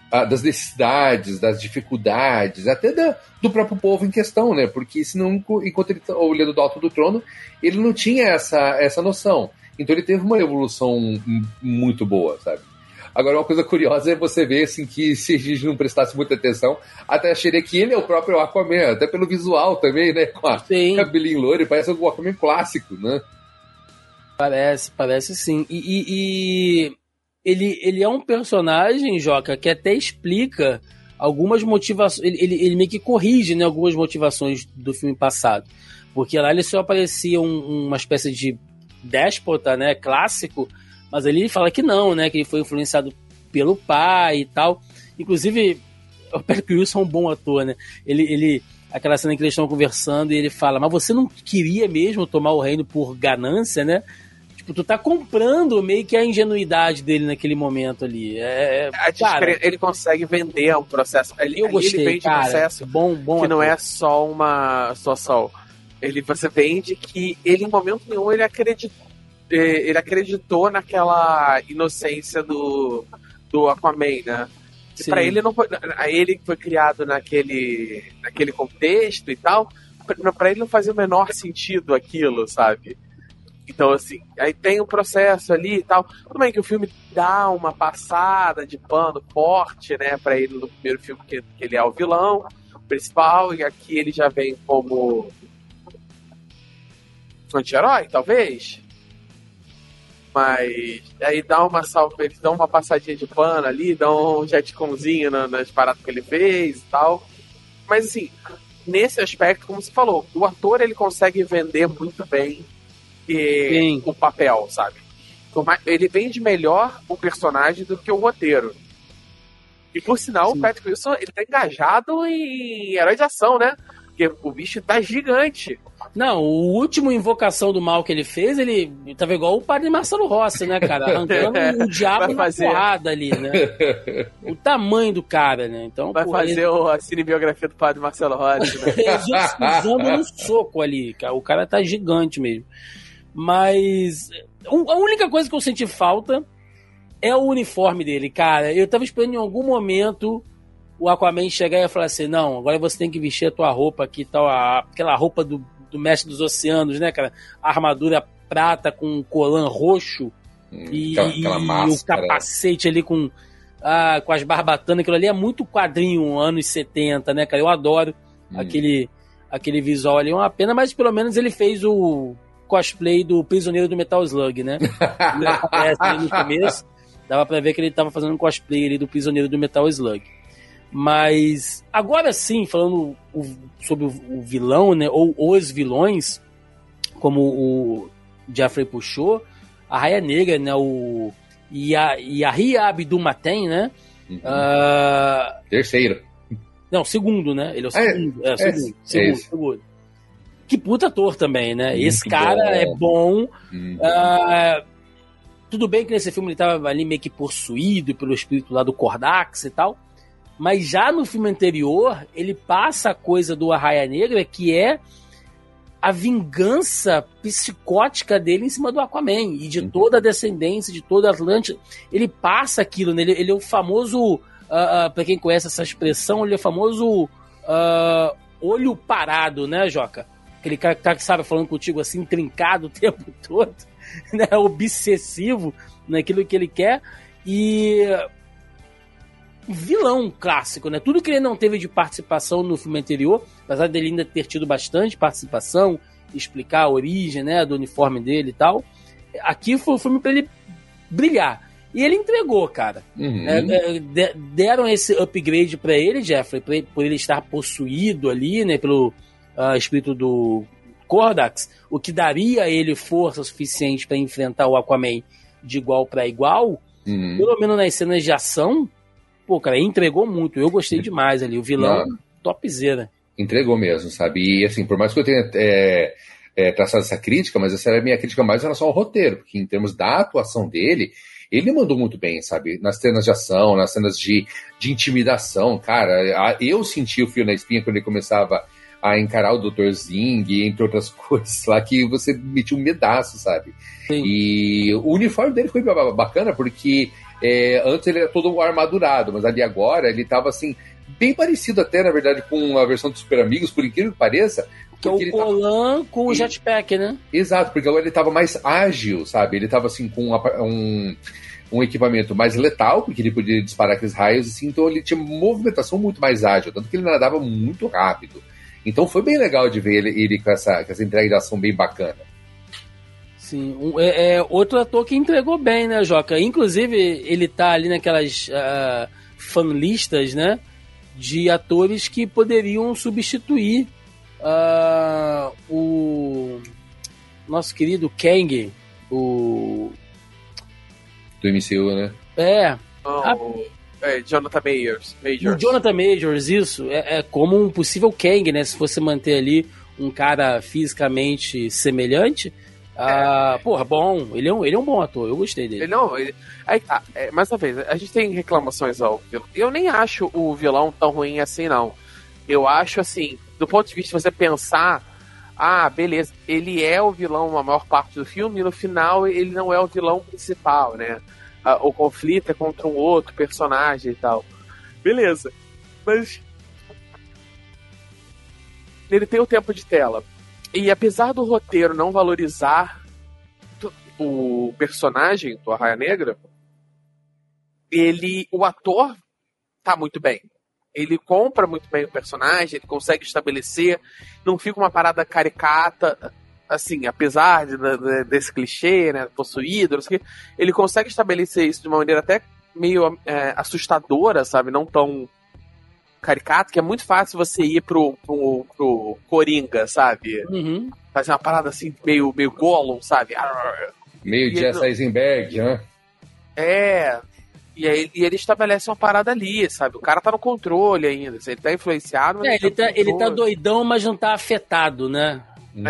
das necessidades, das dificuldades, até do próprio povo em questão, né? Porque senão, enquanto ele estava olhando do alto do trono, ele não tinha essa noção. Então ele teve uma evolução muito boa, sabe? Agora, uma coisa curiosa é você ver, assim, que se a gente não prestasse muita atenção, até acharia que ele é o próprio Aquaman, até pelo visual também, né? Com a cabelinho loiro, parece o Aquaman clássico, né? Parece sim. E ele é um personagem, Joca, que até explica algumas motivações, ele meio que corrige, né, algumas motivações do filme passado. Porque lá ele só aparecia uma espécie de déspota, né, clássico, mas ali ele fala que não, né, que ele foi influenciado pelo pai e tal. Inclusive, o Patrick Wilson é um bom ator, né? Aquela cena que eles estão conversando e ele fala, mas você não queria mesmo tomar o reino por ganância, né? Tipo, tu tá comprando meio que a ingenuidade dele naquele momento ali. Cara, ele consegue vender um processo. Ele vende um processo bom que ator. não é só uma situação. Você vende que ele, em momento nenhum, ele acreditou naquela inocência do Aquaman, né? E pra ele não foi, ele foi criado naquele contexto e tal, pra ele não fazia o menor sentido aquilo, sabe? Então, assim, aí tem um processo ali e tal. Tudo bem que o filme dá uma passada de pano forte, né, pra ele no primeiro filme, que ele é o vilão principal, e aqui ele já vem como anti-herói, talvez. Mas aí eles dão uma passadinha de pano ali, dão um jetconzinho nas paradas que ele fez e tal. Mas assim, nesse aspecto, como você falou, o ator ele consegue vender muito bem o papel, sabe? Ele vende melhor o personagem do que o roteiro. E por sinal, o Patrick Wilson, ele tá engajado em herói de ação, né? Porque o bicho tá gigante. Não, o último Invocação do Mal que ele fez, ele tava igual o padre Marcelo Rossi, né, cara? Arrancando o diabo na porrada ali, né? O tamanho do cara, né? Então, vai fazer a cinebiografia do padre Marcelo Rossi, né? Exorcizando no soco ali, cara. O cara tá gigante mesmo. Mas a única coisa que eu senti falta é o uniforme dele, cara. Eu tava esperando em algum momento o Aquaman chegar e falar assim, não, agora você tem que vestir a tua roupa aqui, tal, aquela roupa do Mestre dos Oceanos, né, cara? A armadura prata com um colã roxo e o capacete ali com as barbatanas, aquilo ali é muito quadrinho, anos 70, né, cara? Eu adoro aquele visual ali, é uma pena, mas pelo menos ele fez o cosplay do Prisioneiro do Metal Slug, né? Ele aparece ali no começo, dava pra ver que ele tava fazendo um cosplay ali do Prisioneiro do Metal Slug. Mas agora sim, falando sobre o vilão, né, ou os vilões, como o Jeffrey puxou, a Raia Negra, né, o Yahya Abdul-Mateen, né? Terceiro. Não, segundo, né? Ele é o segundo. Segundo. Que puta ator também, né? Muito esse cara bom. É bom. Tudo bem que nesse filme ele tava ali meio que possuído pelo espírito lá do Kordax e tal. Mas já no filme anterior, ele passa a coisa do Arraia Negra, que é a vingança psicótica dele em cima do Aquaman. E de toda a descendência, de toda a Atlântida. Ele passa aquilo, né? Ele é o famoso, pra quem conhece essa expressão, ele é o famoso olho parado, né, Joca? Aquele cara que sabe falando contigo assim, trincado o tempo todo, né? Obsessivo naquilo que ele quer. E vilão clássico, né? Tudo que ele não teve de participação no filme anterior, apesar dele ainda ter tido bastante participação, explicar a origem, né, do uniforme dele e tal, aqui foi o filme pra ele brilhar. E ele entregou, cara. Deram esse upgrade pra ele, Jeffrey, por ele estar possuído ali, né, pelo espírito do Kordax, o que daria a ele força suficiente para enfrentar o Aquaman de igual para igual, pelo menos nas cenas de ação. Pô, cara, entregou muito. Eu gostei demais ali. O vilão, topzera. Entregou mesmo, sabe? E, assim, por mais que eu tenha traçado essa crítica, mas essa era a minha crítica mais em relação ao roteiro, porque em termos da atuação dele, ele mandou muito bem, sabe? Nas cenas de ação, nas cenas de intimidação, cara. Eu senti o fio na espinha quando ele começava a encarar o Dr. Zing, entre outras coisas lá, que você metia um medaço, sabe? Sim. E o uniforme dele foi bacana, porque Antes ele era todo armadurado, mas ali agora ele tava assim, bem parecido até, na verdade, com a versão dos Super Amigos, por incrível que pareça. Que é o Colan com o jetpack, né? Exato, porque agora ele tava mais ágil, sabe? Ele tava assim com um equipamento mais letal, porque ele podia disparar aqueles raios, assim, então ele tinha movimentação muito mais ágil, tanto que ele nadava muito rápido. Então foi bem legal de ver ele com essa entrega de ação bem bacana. Sim, outro ator que entregou bem, né, Joca? Inclusive, ele tá ali naquelas fanlistas, né, de atores que poderiam substituir o nosso querido Kang, do MCU, né? Jonathan Majors. O Jonathan Majors, isso, é como um possível Kang, né? Se fosse manter ali um cara fisicamente semelhante. Porra, bom, ele é um bom ator, eu gostei dele. Mais uma vez, a gente tem reclamações ao vilão. Eu nem acho o vilão tão ruim assim, não. Eu acho, assim, do ponto de vista de você pensar, beleza, ele é o vilão a maior parte do filme e no final ele não é o vilão principal, né? O conflito é contra um outro personagem e tal. Beleza. Mas ele tem o tempo de tela. E apesar do roteiro não valorizar o personagem do Arraia Negra, o ator tá muito bem. Ele compra muito bem o personagem, ele consegue estabelecer, não fica uma parada caricata, assim, apesar desse clichê, né, possuído, não sei o quê, ele consegue estabelecer isso de uma maneira até meio assustadora, sabe, não tão caricato, que é muito fácil você ir pro Coringa, sabe? Uhum. Fazer uma parada assim, meio Gollum, sabe? Meio Jesse Eisenberg, né? E aí ele estabelece uma parada ali, sabe? O cara tá no controle ainda. Ele tá influenciado, mas ele tá doidão, mas não tá afetado, né?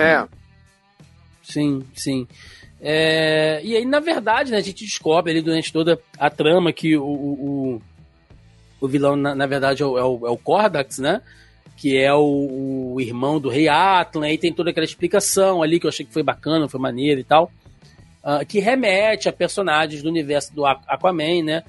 Sim. E aí, na verdade, né, a gente descobre ali durante toda a trama que o vilão, na verdade, é o Kordax, né? Que é o irmão do Rei Atlan. Aí tem toda aquela explicação ali que eu achei que foi bacana, foi maneiro e tal. Que remete a personagens do universo do Aquaman, né?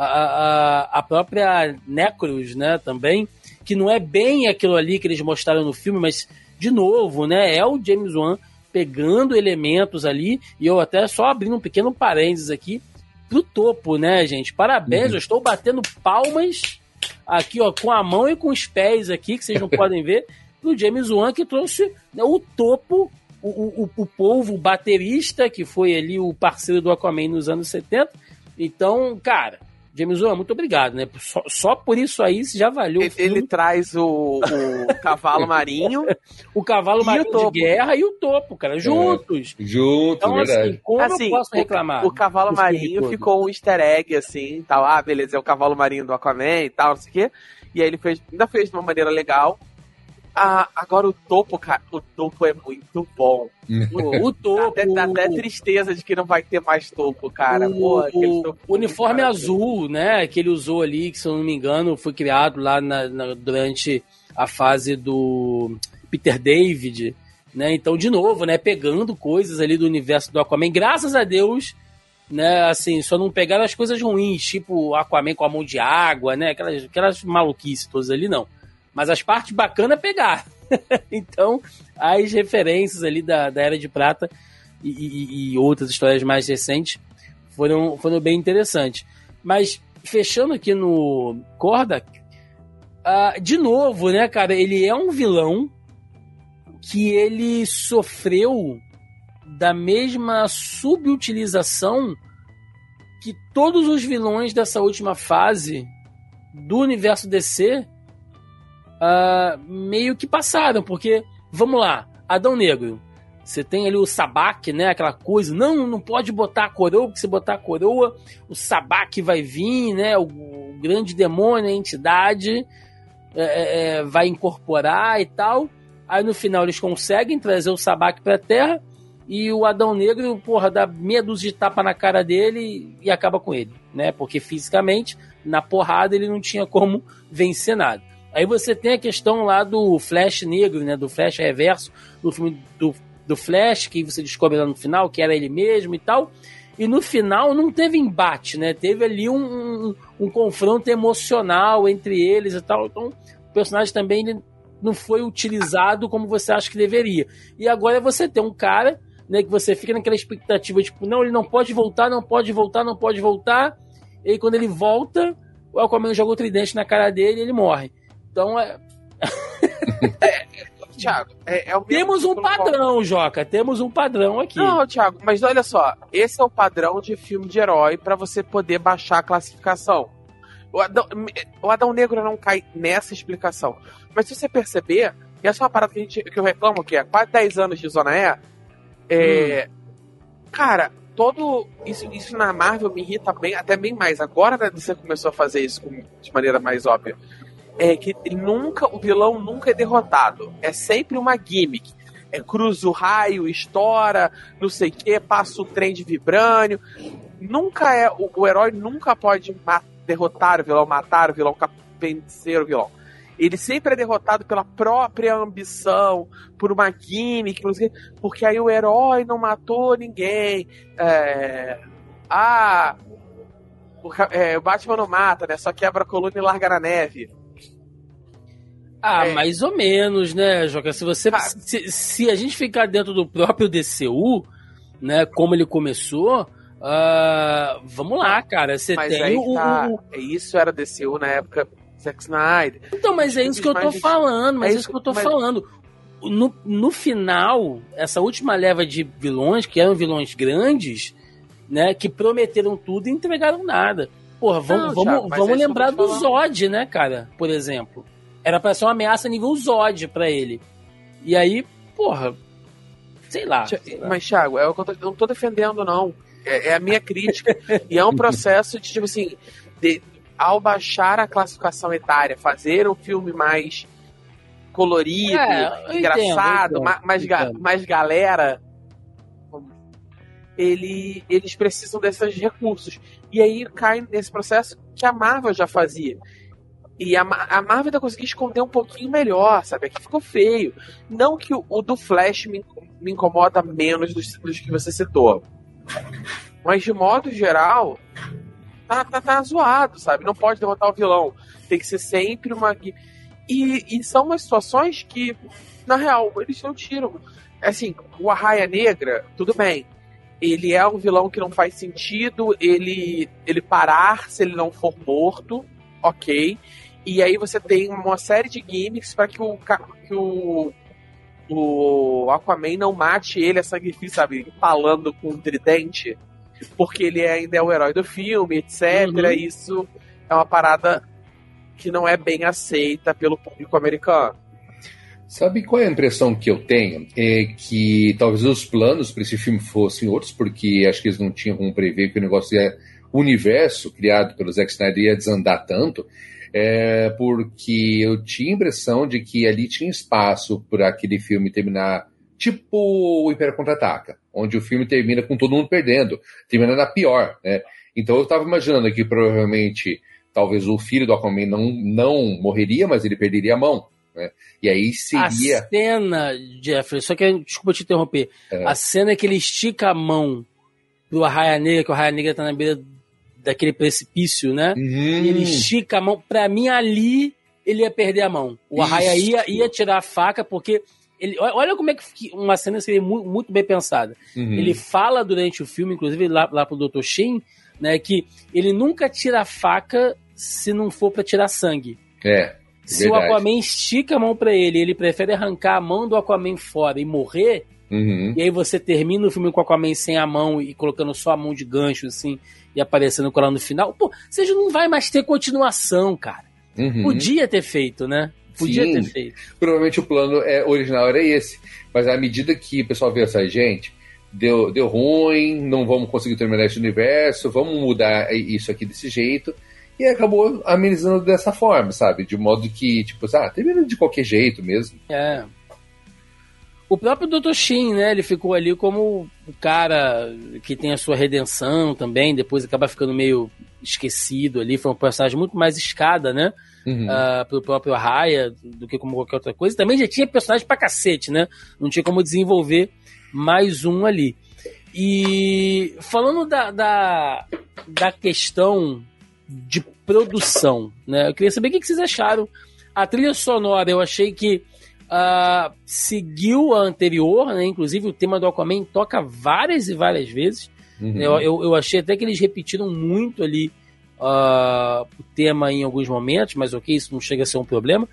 A própria Necros, né, também, que não é bem aquilo ali que eles mostraram no filme, mas, de novo, né, é o James Wan pegando elementos ali, e eu até só abrindo um pequeno parênteses aqui, pro topo, né, gente? Parabéns, eu estou batendo palmas aqui, ó, com a mão e com os pés aqui, que vocês não podem ver, do James Wan, que trouxe, né, o topo, o polvo baterista, que foi ali o parceiro do Aquaman nos anos 70. Então, cara, James Wan, muito obrigado, né? Só por isso aí já valeu. Ele traz o cavalo marinho, o cavalo marinho de guerra e o topo, cara, juntos. Juntos, então, verdade. Assim, como eu posso reclamar? O cavalo marinho ficou um easter egg, assim, tal. Beleza, é o cavalo marinho do Aquaman e tal, não sei o quê. E aí ele ainda fez de uma maneira legal. Agora o topo, cara, o topo é muito bom. O topo. Dá até tristeza de que não vai ter mais topo, cara. O uniforme azul, né, que ele usou ali, que se eu não me engano, foi criado lá durante a fase do Peter David, né? Então, de novo, né, pegando coisas ali do universo do Aquaman. Graças a Deus, né, assim, só não pegaram as coisas ruins, tipo Aquaman com a mão de água, né, aquelas maluquices todas ali, não. Mas as partes bacanas pegaram. Então, as referências ali da Era de Prata e outras histórias mais recentes foram bem interessantes. Mas, fechando aqui no Kordak, de novo, né, cara, ele é um vilão que ele sofreu da mesma subutilização que todos os vilões dessa última fase do universo DC meio que passaram, porque, vamos lá, Adão Negro, você tem ali o Sabak, né, aquela coisa, não pode botar a coroa, porque se botar a coroa, o Sabak vai vir, né, o grande demônio, a entidade, vai incorporar e tal. Aí no final eles conseguem trazer o Sabak pra Terra, e o Adão Negro, porra, dá meia dúzia de tapa na cara dele e acaba com ele, né, porque fisicamente, na porrada, ele não tinha como vencer nada. Aí você tem a questão lá do Flash negro, né, do Flash reverso, no filme do Flash, que você descobre lá no final, que era ele mesmo e tal. E no final não teve embate, né? Teve ali um confronto emocional entre eles e tal. Então o personagem também ele não foi utilizado como você acha que deveria. E agora você tem um cara, né, que você fica naquela expectativa, tipo, não, ele não pode voltar, não pode voltar, não pode voltar. E aí, quando ele volta, o Aquaman joga o tridente na cara dele e ele morre. Então, Thiago, é o mesmo temos um padrão, Joca. Temos um padrão aqui. Não, Thiago, mas olha só. Esse é o padrão de filme de herói pra você poder baixar a classificação. O Adão Negro não cai nessa explicação. Mas se você perceber, e essa é uma parada que eu reclamo, que é quase 10 anos de Zona E, cara, isso na Marvel me irrita até bem mais. Agora né, você começou a fazer isso de maneira mais óbvia. É que o vilão nunca é derrotado. É sempre uma gimmick. Cruza o raio, estoura, não sei o que, passa o trem de vibrânio. Nunca é. O herói nunca pode derrotar o vilão, matar o vilão, vencer o vilão. Ele sempre é derrotado pela própria ambição, por uma gimmick, porque aí o herói não matou ninguém. O Batman não mata, né? Só quebra a coluna e larga na neve. Mais ou menos, né, Joca? Se a gente ficar dentro do próprio DCU, né, como ele começou, vamos lá, cara. Você mas tem aí isso era DCU na época Zack Snyder. Então, mas é isso que eu tô falando, falando. No final, essa última leva de vilões, que eram vilões grandes, né, que prometeram tudo e entregaram nada. Porra, vamos lembrar do Zod, né, cara, por exemplo. Era pra ser uma ameaça nível Zod pra ele. E aí, porra, sei lá. Mas, Thiago, eu não tô defendendo, não. É a minha crítica. E é um processo de, tipo assim, ao baixar a classificação etária, fazer um filme mais colorido, engraçado, mais galera, eles precisam desses recursos. E aí cai nesse processo que a Marvel já fazia. E a Marvel ainda conseguiu esconder um pouquinho melhor, sabe? Aqui ficou feio. Não que o do Flash me incomoda menos dos que você citou. Mas, de modo geral, tá zoado, sabe? Não pode derrotar o vilão. Tem que ser sempre uma... E são umas situações que, na real, eles não tiram. Assim, o Arraia Negra, tudo bem. Ele é um vilão que não faz sentido ele parar se ele não for morto, ok. E aí você tem uma série de gimmicks para que o Aquaman não mate ele a sacrifício, sabe? Empalando com um tridente, porque ele ainda é o herói do filme, etc. Isso é uma parada que não é bem aceita pelo público americano. Sabe qual é a impressão que eu tenho? É que talvez os planos para esse filme fossem outros, porque acho que eles não tinham como prever que o universo criado pelo Zack Snyder ia desandar tanto. Porque eu tinha a impressão de que ali tinha espaço para aquele filme terminar tipo o Império Contra-Ataca, onde o filme termina com todo mundo perdendo, termina na pior, né? Então eu estava imaginando que provavelmente talvez o filho do Aquaman não morreria, mas ele perderia a mão, né? E aí seria... A cena, Jeffrey, só que, desculpa te interromper, a cena que ele estica a mão pro Arraia Negra, que o Arraia Negra tá na beira daquele precipício, né? E ele estica a mão. Pra mim, ali, ele ia perder a mão. O Arraia ia tirar a faca, porque... olha como é que uma cena seria muito, muito bem pensada. Ele fala durante o filme, inclusive lá pro Dr. Shin, né, que ele nunca tira a faca se não for pra tirar sangue. Se o Aquaman estica a mão pra ele, ele prefere arrancar a mão do Aquaman fora e morrer, e aí você termina o filme com o Aquaman sem a mão e colocando só a mão de gancho, assim, e aparecendo com ela no final, pô, você já não vai mais ter continuação, cara. Podia ter feito, né? Podia ter feito. Provavelmente o plano original era esse. Mas à medida que o pessoal vê essa gente, deu ruim, não vamos conseguir terminar esse universo, vamos mudar isso aqui desse jeito. E acabou amenizando dessa forma, sabe? De modo que, tipo, termina de qualquer jeito mesmo. O próprio Dr. Shin, né? Ele ficou ali como o cara que tem a sua redenção também, depois acaba ficando meio esquecido ali. Foi um personagem muito mais escada, né? Pro próprio Arraia do que como qualquer outra coisa. Também já tinha personagem pra cacete, né? Não tinha como desenvolver mais um ali. E falando da questão de produção, né? Eu queria saber o que vocês acharam. A trilha sonora, eu achei que seguiu a anterior, né? Inclusive o tema do Aquaman toca várias e várias vezes. Uhum. Eu achei até que eles repetiram muito ali o tema em alguns momentos, mas ok, isso não chega a ser um problema.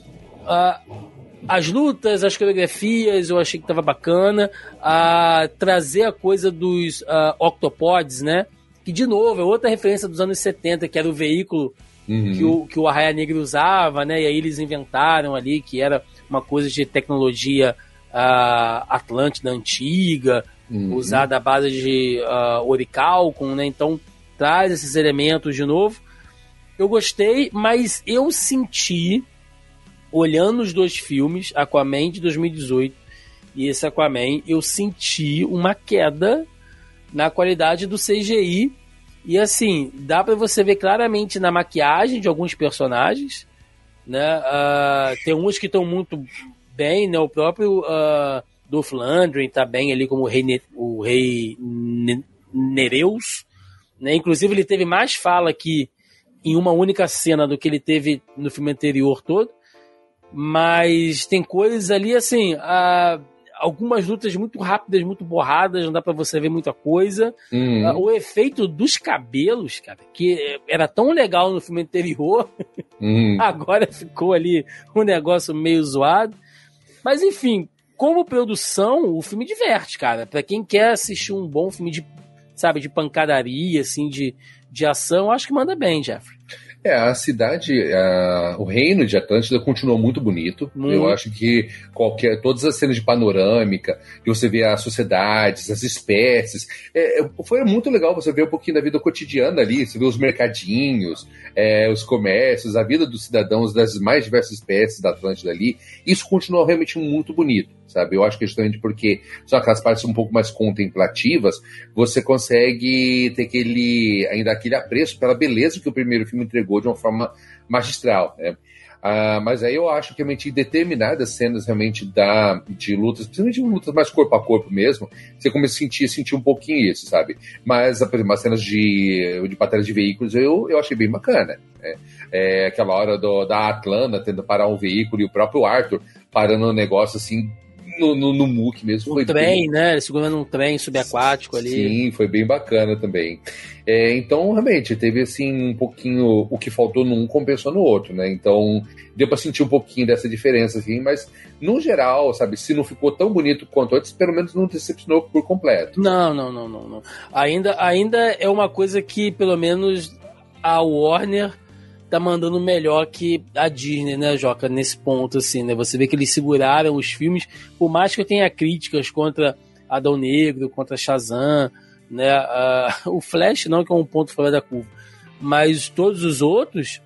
As lutas, as coreografias, eu achei que tava bacana. Trazer a coisa dos octopods, né? Que, de novo, é outra referência dos anos 70, que era o veículo que o Arraia Negra usava, né? E aí eles inventaram ali, que era uma coisa de tecnologia Atlântida antiga, usada à base de oricalcum, né? Então, traz esses elementos de novo. Eu gostei, mas eu senti, olhando os dois filmes, Aquaman de 2018 e esse Aquaman, eu senti uma queda na qualidade do CGI. E assim, dá pra você ver claramente na maquiagem de alguns personagens, né? Tem uns que estão muito bem, né? O próprio Dolph Lundgren tá bem ali como o rei Nereus, né? Inclusive ele teve mais fala aqui em uma única cena do que ele teve no filme anterior todo. Mas tem coisas ali, assim, algumas lutas muito rápidas, muito borradas, não dá pra você ver muita coisa. O efeito dos cabelos, cara, que era tão legal no filme anterior, agora ficou ali um negócio meio zoado. Mas, enfim, como produção, o filme diverte, cara. Pra quem quer assistir um bom filme de pancadaria, assim, de ação, acho que manda bem, Jeffrey. A cidade, o reino de Atlântida continuou muito bonito. Eu acho que todas as cenas de panorâmica, que você vê as sociedades, as espécies, foi muito legal você ver um pouquinho da vida cotidiana ali, você vê os mercadinhos, os comércios, a vida dos cidadãos das mais diversas espécies da Atlântida ali. Isso continuou realmente muito bonito, sabe? Eu acho que justamente porque são aquelas partes um pouco mais contemplativas, você consegue ter ainda aquele apreço pela beleza que o primeiro filme entregou de uma forma magistral, né? Mas aí eu acho que realmente determinadas cenas realmente de lutas, principalmente de lutas mais corpo a corpo mesmo, você começa a sentir um pouquinho isso, sabe? Mas, por exemplo, as cenas de batalha de veículos eu achei bem bacana, né? Aquela hora da Atlanta tentando parar um veículo e o próprio Arthur parando um negócio assim no muque mesmo. Um trem, né? Segurando um trem subaquático ali. Sim, foi bem bacana também. Então, realmente, teve assim um pouquinho o que faltou num compensou no outro, né? Então, deu pra sentir um pouquinho dessa diferença, assim, mas no geral, sabe, se não ficou tão bonito quanto antes, pelo menos não decepcionou por completo. Não. Ainda é uma coisa que, pelo menos, a Warner tá mandando melhor que a Disney, né, Joca, nesse ponto, assim, né, você vê que eles seguraram os filmes, por mais que eu tenha críticas contra Adão Negro, contra Shazam, né, o Flash não, que é um ponto fora da curva, mas todos os outros,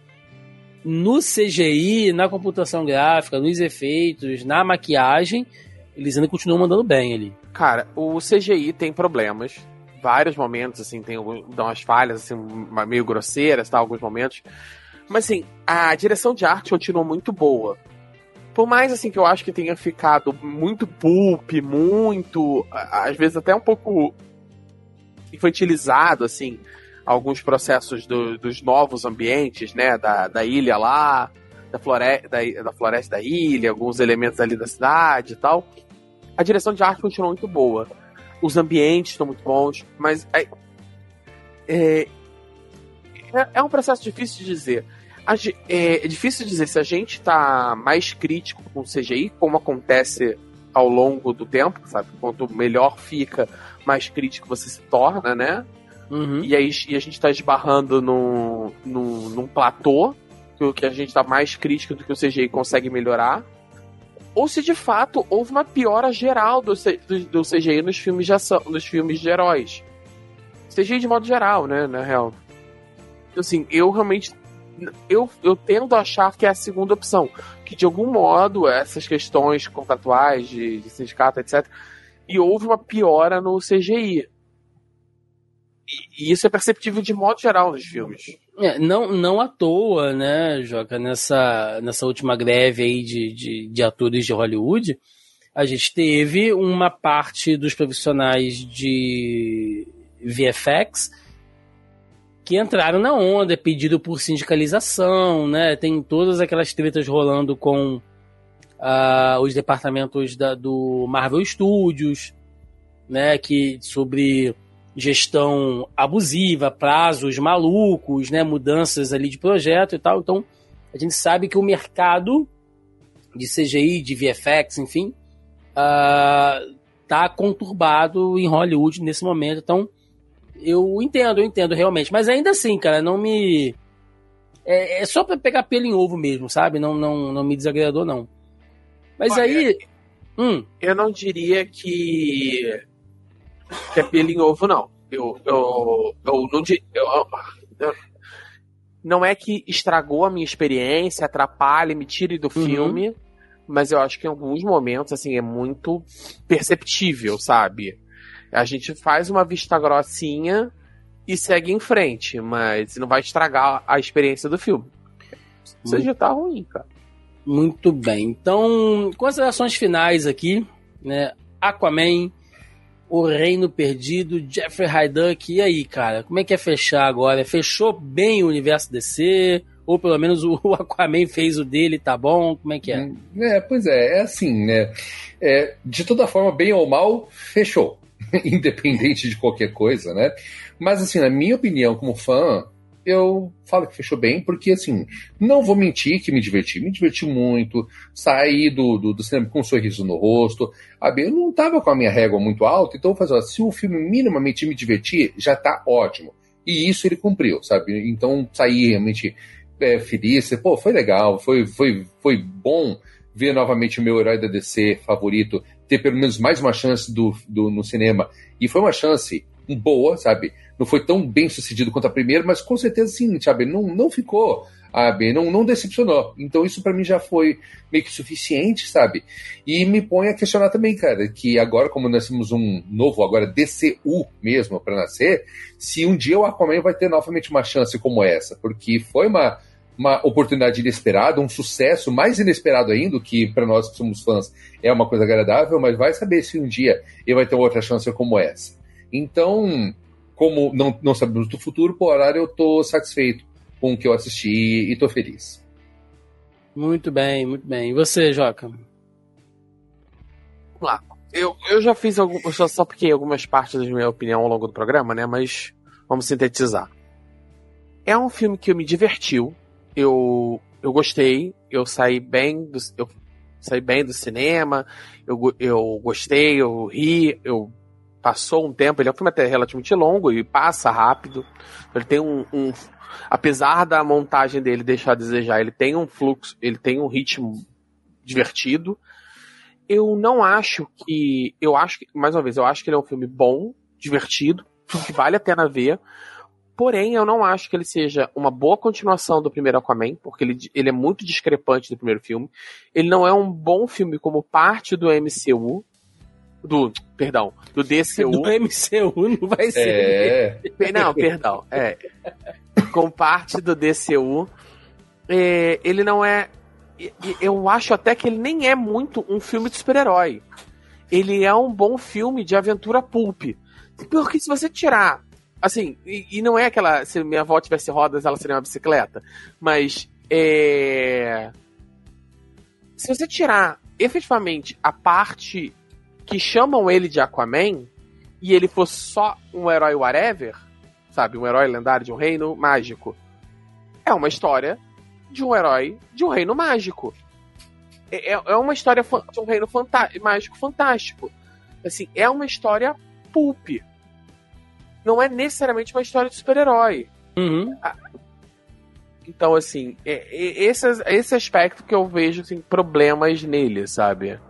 no CGI, na computação gráfica, nos efeitos, na maquiagem, eles ainda continuam mandando bem ali. Cara, o CGI tem problemas, vários momentos, assim, dão umas falhas, assim, meio grosseiras, tá, alguns momentos. Mas, assim, a direção de arte continua muito boa. Por mais, assim, que eu acho que tenha ficado muito pulp, muito, às vezes até um pouco infantilizado, assim, alguns processos dos novos ambientes, né, da ilha lá, da floresta da ilha, alguns elementos ali da cidade e tal. A direção de arte continua muito boa. Os ambientes estão muito bons, mas é um processo difícil de dizer. É difícil dizer se a gente tá mais crítico com o CGI, como acontece ao longo do tempo, sabe? Quanto melhor fica, mais crítico você se torna, né? E a gente tá esbarrando num platô, que a gente tá mais crítico do que o CGI consegue melhorar. Ou se de fato houve uma piora geral do CGI nos filmes de ação, nos filmes de heróis. CGI de modo geral, né? Na real. Então, assim, eu realmente eu tendo a achar que é a segunda opção, que de algum modo essas questões contratuais de sindicato, etc, e houve uma piora no CGI, e isso é perceptível de modo geral nos filmes. Não à toa, né, Joca, nessa última greve aí de atores de Hollywood, a gente teve uma parte dos profissionais de VFX que entraram na onda, pedido por sindicalização, né? Tem todas aquelas tretas rolando com os departamentos do Marvel Studios, né? Que sobre gestão abusiva, prazos malucos, né? Mudanças ali de projeto e tal. Então, a gente sabe que o mercado de CGI, de VFX, enfim, tá conturbado em Hollywood nesse momento. Então, eu entendo realmente. Mas ainda assim, cara, não me... É só pra pegar pelo em ovo mesmo, sabe? Não me desagradou, não. Mas olha, aí... Eu não diria que é pelo em ovo, não. Eu não diria... Não é que estragou a minha experiência, atrapalha, me tire do filme, mas eu acho que em alguns momentos, assim, é muito perceptível, sabe? A gente faz uma vista grossinha e segue em frente, mas não vai estragar a experiência do filme. Isso já tá ruim, cara. Muito bem. Então, considerações finais aqui, né? Aquaman, O Reino Perdido, Jeffrey Hyduck. E aí, cara, como é que é fechar agora? Fechou bem o universo DC? Ou pelo menos o Aquaman fez o dele, tá bom? Como é que é? Pois é assim, né? De toda forma, bem ou mal, fechou. Independente de qualquer coisa, né? Mas, assim, na minha opinião, como fã, eu falo que fechou bem, porque, assim, não vou mentir que me diverti muito, saí do cinema com um sorriso no rosto, eu não tava com a minha régua muito alta, então eu falei, se o filme minimamente me divertir, já tá ótimo. E isso ele cumpriu, sabe? Então, saí realmente feliz, pô, foi legal, foi bom ver novamente o meu herói da DC favorito, ter pelo menos mais uma chance no cinema, e foi uma chance boa, sabe? Não foi tão bem sucedido quanto a primeira, mas com certeza sim, sabe? Não ficou, sabe? Não decepcionou. Então isso pra mim já foi meio que suficiente, sabe? E me põe a questionar também, cara, que agora, como nós temos um novo, agora DCU mesmo pra nascer, se um dia o Aquaman vai ter novamente uma chance como essa, porque foi uma oportunidade inesperada, um sucesso mais inesperado ainda, que para nós que somos fãs é uma coisa agradável, mas vai saber se um dia ele vai ter outra chance como essa. Então, como não sabemos do futuro, por horário eu tô satisfeito com o que eu assisti e tô feliz. Muito bem, muito bem. E você, Joca? Vamos lá. Eu já fiz só porque algumas partes da minha opinião ao longo do programa, né? Mas vamos sintetizar. É um filme que me divertiu. Eu gostei. Eu saí bem do cinema. Eu gostei, eu ri, passou um tempo, ele é um filme até relativamente longo e passa rápido. Ele tem apesar da montagem dele deixar a desejar, ele tem um fluxo, ele tem um ritmo divertido. Eu acho que, mais uma vez, eu acho que ele é um filme bom, divertido, que vale a pena ver. Porém, eu não acho que ele seja uma boa continuação do primeiro Aquaman, porque ele é muito discrepante do primeiro filme. Ele não é um bom filme como parte do MCU, do DCU. Do MCU não vai ser. Não, perdão. Com parte do DCU. Ele não é... Eu acho até que ele nem é muito um filme de super-herói. Ele é um bom filme de aventura pulp. Porque se você tirar... Assim, e não é aquela... Se minha avó tivesse rodas, ela seria uma bicicleta. Mas... Se você tirar efetivamente a parte... que chamam ele de Aquaman, e ele fosse só um herói whatever, sabe, um herói lendário de um reino mágico, é uma história de um herói de um reino mágico. É uma história de um reino mágico fantástico. Assim, é uma história pulp. Não é necessariamente uma história de super-herói. Então, assim, esse aspecto que eu vejo assim, problemas nele, sabe?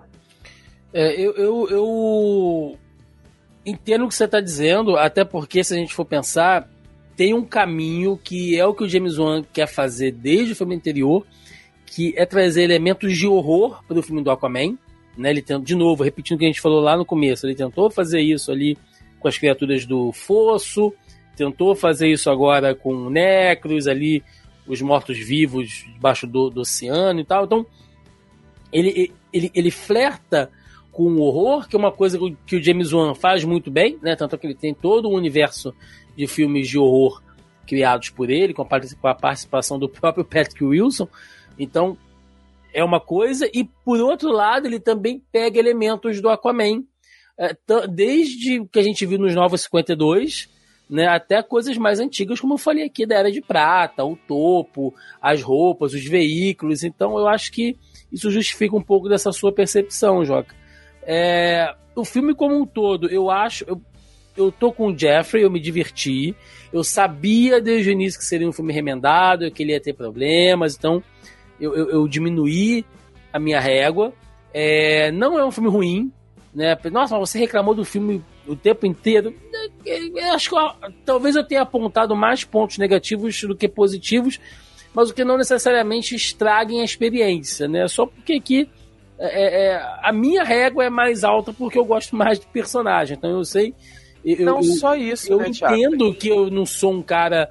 Eu entendo o que você está dizendo, até porque se a gente for pensar, tem um caminho que é o que o James Wan quer fazer desde o filme anterior, que é trazer elementos de horror para o filme do Aquaman, né? Ele de novo, repetindo o que a gente falou lá no começo, ele tentou fazer isso ali com as criaturas do fosso, tentou fazer isso agora com Necros ali, os mortos-vivos debaixo do oceano e tal. Então, ele flerta com o horror, que é uma coisa que o James Wan faz muito bem, né? Tanto que ele tem todo um universo de filmes de horror criados por ele, com a participação do próprio Patrick Wilson. Então, é uma coisa. E, por outro lado, ele também pega elementos do Aquaman, desde o que a gente viu nos Novos 52, né, até coisas mais antigas, como eu falei aqui, da Era de Prata, o topo, as roupas, os veículos. Então, eu acho que isso justifica um pouco dessa sua percepção, Joca. O filme como um todo, eu tô com o Jeffrey, eu me diverti, eu sabia desde o início que seria um filme remendado, que ele ia ter problemas, então eu diminuí a minha régua. Não é um filme ruim, né? Nossa, mas você reclamou do filme o tempo inteiro. Eu acho que talvez eu tenha apontado mais pontos negativos do que positivos, mas o que não necessariamente estraguem a experiência, né? Só porque aqui a minha régua é mais alta porque eu gosto mais do personagem. Então eu sei. Só isso, eu né, entendo Thiago? que eu não sou um cara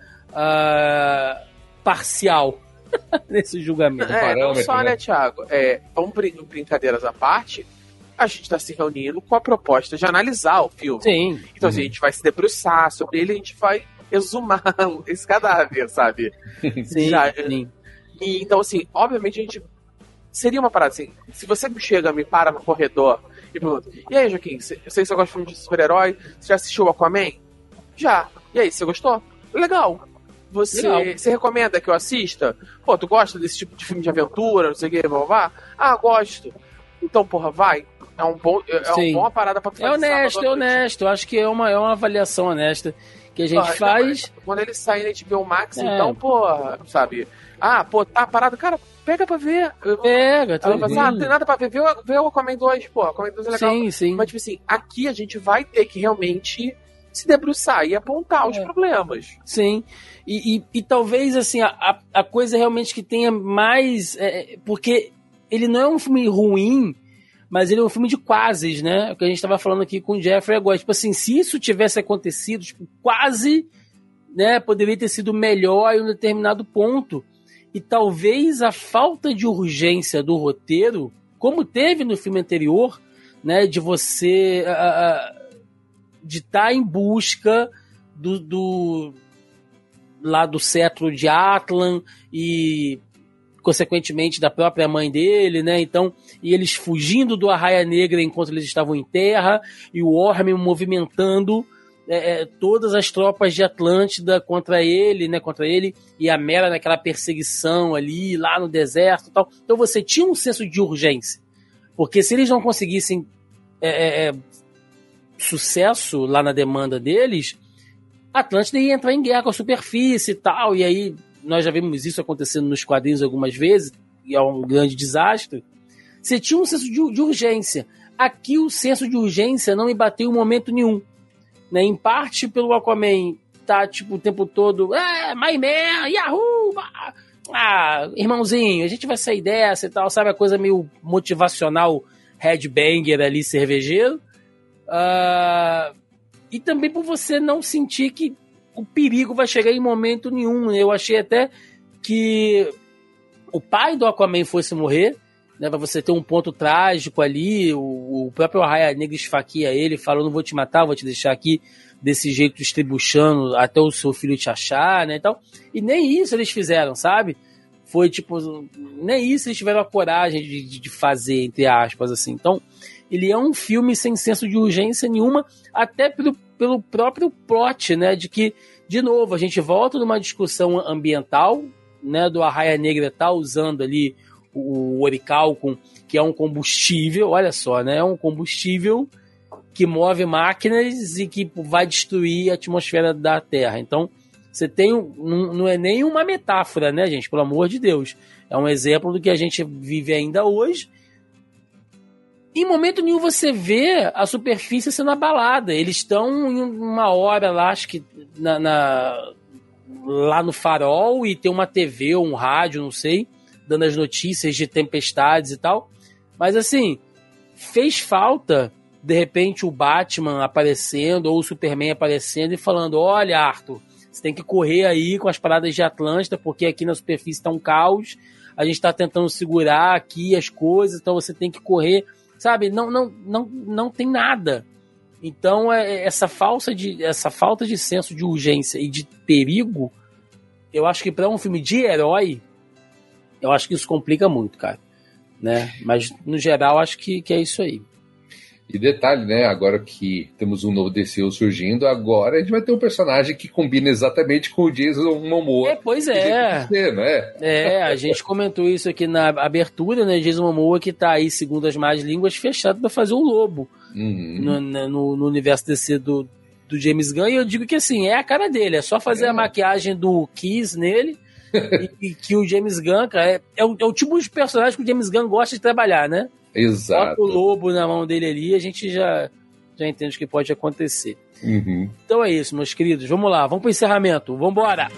parcial nesse julgamento. Não só, né, Thiago? Vamos brincadeiras à parte. A gente está se reunindo com a proposta de analisar o filme. Sim. Então, assim, a gente vai se debruçar sobre ele, a gente vai exumar esse cadáver, sabe? Sim, sim. E, então, assim, obviamente a gente... Seria uma parada assim, se você chega, me para no corredor e pergunta, e aí, Joaquim, eu sei que você gosta de filme de super-herói, você já assistiu o Aquaman? Já. E aí, você gostou? Legal. Você recomenda que eu assista? Pô, tu gosta desse tipo de filme de aventura, não sei o que, blá, blá, blá? Ah, gosto. Então, porra, vai. É uma boa parada pra tu fazer. É honesto. Eu acho que é uma avaliação honesta que a gente faz. Quando ele sai na HBO Max, então, porra, sabe? Ah, pô, tá parado. Cara, pega pra ver. Pega, tá não tem nada pra ver. Vê o Aquaman 2, pô. O Aquaman 2 é legal. Sim, sim. Mas, tipo assim, aqui a gente vai ter que realmente se debruçar e apontar os problemas. Sim. E talvez, assim, a coisa realmente que tenha mais... porque ele não é um filme ruim, mas ele é um filme de quases, né? O que a gente estava falando aqui com o Jeffrey agora. Tipo assim, se isso tivesse acontecido, tipo, quase, né, poderia ter sido melhor em um determinado ponto. E talvez a falta de urgência do roteiro, como teve no filme anterior, né, de você de estar em busca do cetro de Atlan e consequentemente da própria mãe dele, né? Então, e eles fugindo do Arraia Negra enquanto eles estavam em terra, e o Orm movimentando todas as tropas de Atlântida contra ele, né? Contra ele e a Mera naquela perseguição ali, lá no deserto e tal. Então você tinha um senso de urgência, porque se eles não conseguissem sucesso lá na demanda deles, a Atlântida ia entrar em guerra com a superfície e tal, e aí nós já vimos isso acontecendo nos quadrinhos algumas vezes, e é um grande desastre. Você tinha um senso de urgência. Aqui o senso de urgência não me bateu em momento nenhum. Né? Em parte pelo Aquaman tá tipo, o tempo todo, my man, yahoo! Irmãozinho, a gente vai sair dessa e tal, sabe? A coisa meio motivacional, headbanger ali, cervejeiro. E também por você não sentir que o perigo vai chegar em momento nenhum. Eu achei até que o pai do Aquaman fosse morrer, né, pra você ter um ponto trágico ali. O próprio Arraia Negra esfaqueia ele, falou, não vou te matar, vou te deixar aqui desse jeito estribuchando até o seu filho te achar, né, e tal. E nem isso eles fizeram, sabe? Foi tipo, nem isso eles tiveram a coragem de fazer, entre aspas, assim. Então, ele é um filme sem senso de urgência nenhuma, até pelo próprio plot, né, de que, de novo, a gente volta numa discussão ambiental, né, do Arraia Negra tá usando ali o oricalco, que é um combustível, olha só, né, é um combustível que move máquinas e que vai destruir a atmosfera da Terra. Então, você tem, não é nem uma metáfora, né, gente, pelo amor de Deus, é um exemplo do que a gente vive ainda hoje. Em momento nenhum você vê a superfície sendo abalada. Eles estão em uma hora lá, acho que lá no farol, e tem uma TV ou um rádio, não sei, dando as notícias de tempestades e tal. Mas assim, fez falta, de repente, o Batman aparecendo ou o Superman aparecendo e falando, olha, Arthur, você tem que correr aí com as paradas de Atlântida, porque aqui na superfície está um caos, a gente está tentando segurar aqui as coisas, então você tem que correr sabe? Não tem nada. Então, essa falta de senso de urgência e de perigo, eu acho que para um filme de herói, eu acho que isso complica muito, cara. Né? Mas, no geral, acho que é isso aí. E detalhe, né? Agora que temos um novo DCU surgindo, agora a gente vai ter um personagem que combina exatamente com o Jason Momoa. Pois é. A gente comentou isso aqui na abertura, né? Jason Momoa que tá aí, segundo as más línguas, fechado para fazer o Lobo no universo DC do James Gunn. E eu digo que assim, é a cara dele, é só fazer a maquiagem do Kiss nele e que o James Gunn, cara, é o tipo de personagem que o James Gunn gosta de trabalhar, né? Exato. Bota o Lobo na mão dele ali, a gente já entende o que pode acontecer. Então é isso, meus queridos. Vamos lá, vamos pro encerramento. Vamos embora!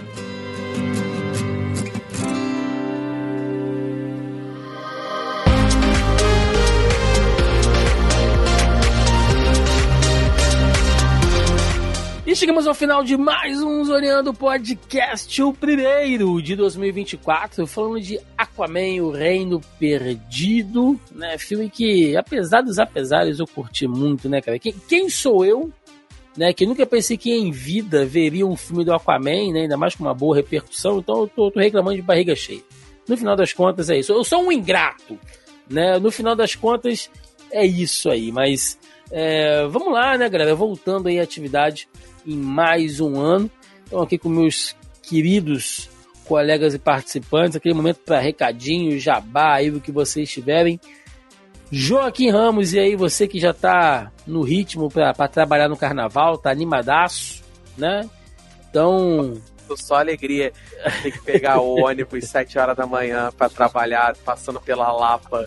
E chegamos ao final de mais um Zoneando Podcast, o primeiro de 2024, falando de Aquaman, o Reino Perdido, né? Filme que, apesar dos apesares, eu curti muito, né, cara? Quem sou eu, né? Que nunca pensei que em vida veria um filme do Aquaman, né? Ainda mais com uma boa repercussão, então eu tô reclamando de barriga cheia. No final das contas é isso. Eu sou um ingrato, né? No final das contas é isso aí, mas vamos lá, né, galera? Voltando aí à atividade em mais um ano. Então aqui com meus queridos colegas e participantes, aquele momento para recadinho, jabá, aí o que vocês tiverem. Joaquim Ramos, e aí você que já tá no ritmo para trabalhar no carnaval, tá animadaço, né? Então... Só alegria, tem que pegar o ônibus 7 horas da manhã para trabalhar, passando pela Lapa.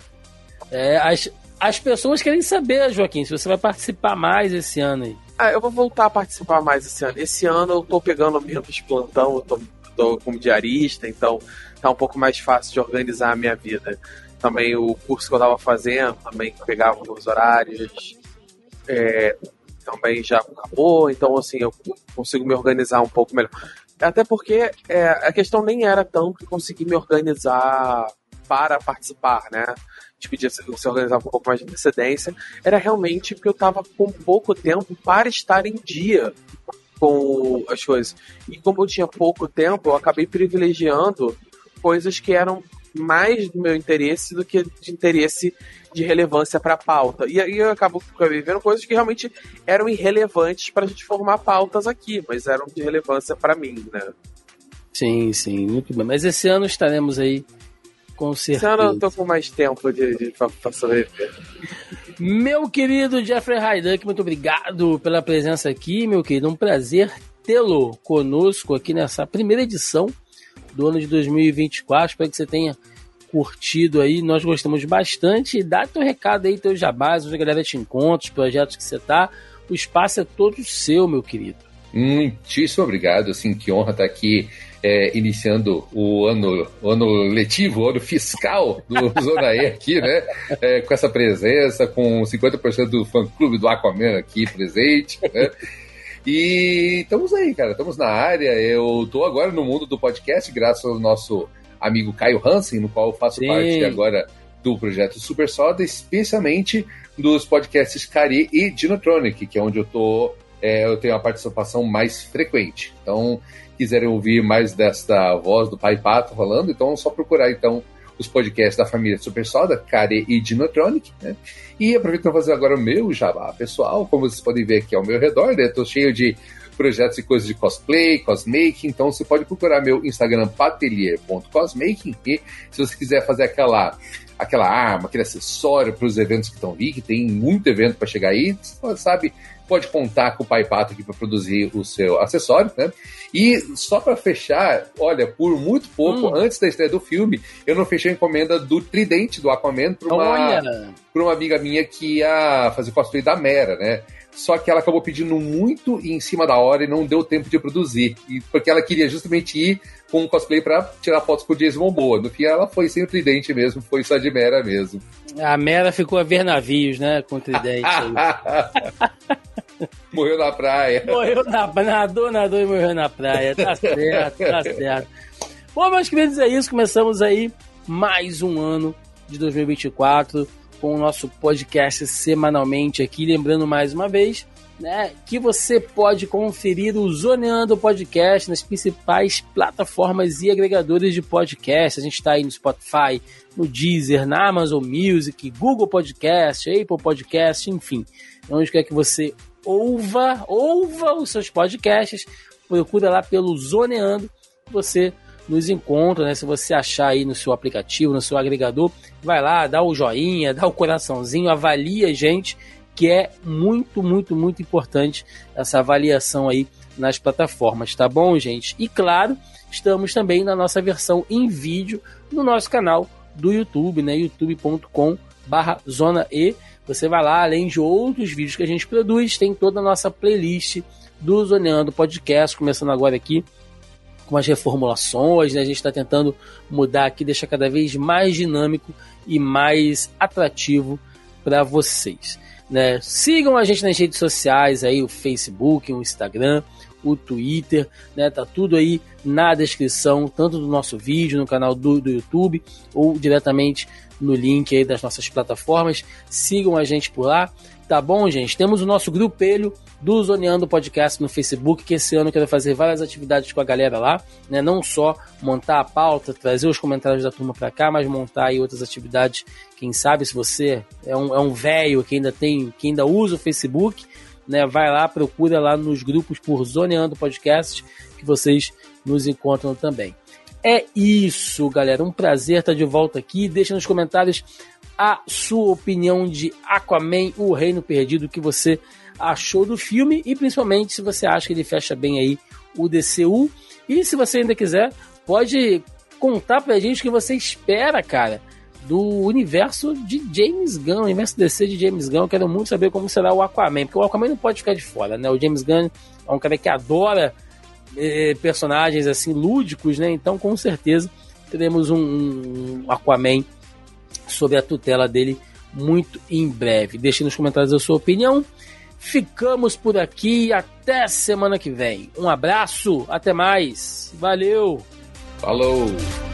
As pessoas querem saber, Joaquim, se você vai participar mais esse ano aí. Eu vou voltar a participar mais esse ano. Esse ano eu tô pegando menos plantão, eu tô como diarista, então tá um pouco mais fácil de organizar a minha vida. Também o curso que eu tava fazendo, também pegava os horários, também já acabou, então assim, eu consigo me organizar um pouco melhor. Até porque a questão nem era tanto conseguir me organizar para participar, né? Pedia se organizar com um pouco mais de antecedência, era realmente porque eu estava com pouco tempo para estar em dia com as coisas. E como eu tinha pouco tempo, eu acabei privilegiando coisas que eram mais do meu interesse do que de interesse de relevância para a pauta. E aí eu acabo vendo coisas que realmente eram irrelevantes para a gente formar pautas aqui, mas eram de relevância para mim, né? Sim, muito bem. Mas esse ano estaremos aí com certeza. Esse ano eu tô com mais tempo pra sobreviver. Meu querido Jeffrey Hayduck, muito obrigado pela presença aqui, meu querido. Um prazer tê-lo conosco aqui nessa primeira edição do ano de 2024. Espero que você tenha curtido aí. Nós gostamos bastante. Dá teu recado aí, teus jabás, onde a galera te encontra, os projetos que você tá. O espaço é todo seu, meu querido. Muitíssimo obrigado. Assim, que honra estar aqui iniciando o ano letivo, o ano fiscal do Zona E aqui, né? Com essa presença, com 50% do fã-clube do Aquaman aqui presente, né? E estamos aí, cara, estamos na área. Eu tô agora no mundo do podcast, graças ao nosso amigo Caio Hansen, no qual eu faço parte agora do projeto Super Soda, especialmente dos podcasts Care e Dinotronic, que é onde eu tenho a participação mais frequente. Então, quiserem ouvir mais desta voz do Pai Pato falando, então é só procurar então os podcasts da família Super Soda, Care e Dinotronic, né? E aproveitando para fazer agora o meu jabá pessoal, como vocês podem ver aqui ao meu redor, né? Estou cheio de projetos e coisas de cosplay, cosmaking, então você pode procurar meu Instagram, patelier.cosmaking, e se você quiser fazer aquela arma, aquele acessório para os eventos que estão vindo, que tem muito evento para chegar aí, você sabe, pode contar com o Pai Pato aqui para produzir o seu acessório, né? E só para fechar, olha, por muito pouco, antes da estreia do filme, eu não fechei a encomenda do tridente do Aquaman para uma amiga minha que ia fazer cosplay da Mera, né? Só que ela acabou pedindo muito em cima da hora e não deu tempo de produzir. Porque ela queria justamente ir com um cosplay pra tirar fotos com o Jason Momoa. No fim, ela foi sem o tridente mesmo, foi só de Mera mesmo. A Mera ficou a ver navios, né, com o tridente. Morreu na praia. Nadou e morreu na praia. Tá certo. Bom, meus queridos, é isso. Começamos aí mais um ano de 2024 com o nosso podcast semanalmente aqui. Lembrando mais uma vez, né, que você pode conferir o Zoneando Podcast nas principais plataformas e agregadores de podcast. A gente está aí no Spotify, no Deezer, na Amazon Music, Google Podcast, Apple Podcast, enfim. Onde quer que você ouva os seus podcasts, procura lá pelo Zoneando, você nos encontra, né? Se você achar aí no seu aplicativo, no seu agregador, vai lá, dá o joinha, dá o coraçãozinho, avalia a gente, que é muito, muito, muito importante essa avaliação aí nas plataformas, tá bom, gente? E claro, estamos também na nossa versão em vídeo no nosso canal do YouTube, né? youtube.com/zonae. Você vai lá, além de outros vídeos que a gente produz, tem toda a nossa playlist do Zoneando Podcast, começando agora aqui com as reformulações, né? A gente está tentando mudar aqui, deixar cada vez mais dinâmico e mais atrativo para vocês, né? Sigam a gente nas redes sociais aí, o Facebook, o Instagram, o Twitter, né? Tá tudo aí na descrição, tanto do nosso vídeo no canal do YouTube ou diretamente no link aí das nossas plataformas. Sigam a gente por lá, tá bom, gente? Temos o nosso grupelho do Zoneando Podcast no Facebook, que esse ano eu quero fazer várias atividades com a galera lá, né? Não só montar a pauta, trazer os comentários da turma para cá, mas montar aí outras atividades. Quem sabe, se você é um velho que ainda usa o Facebook, né? Vai lá, procura lá nos grupos por Zoneando Podcast, que vocês nos encontram também. É isso, galera. Um prazer estar de volta aqui. Deixa nos comentários a sua opinião de Aquaman, o Reino Perdido, que você achou do filme e principalmente se você acha que ele fecha bem aí o DCU. E se você ainda quiser, pode contar pra gente o que você espera, cara, do universo de James Gunn, o universo DC de James Gunn. Eu quero muito saber como será o Aquaman, porque o Aquaman não pode ficar de fora, né? O James Gunn é um cara que adora personagens assim lúdicos, né? Então com certeza teremos um Aquaman sob a tutela dele muito em breve. Deixe nos comentários a sua opinião. Ficamos por aqui, até semana que vem. Um abraço, até mais. Valeu. Falou.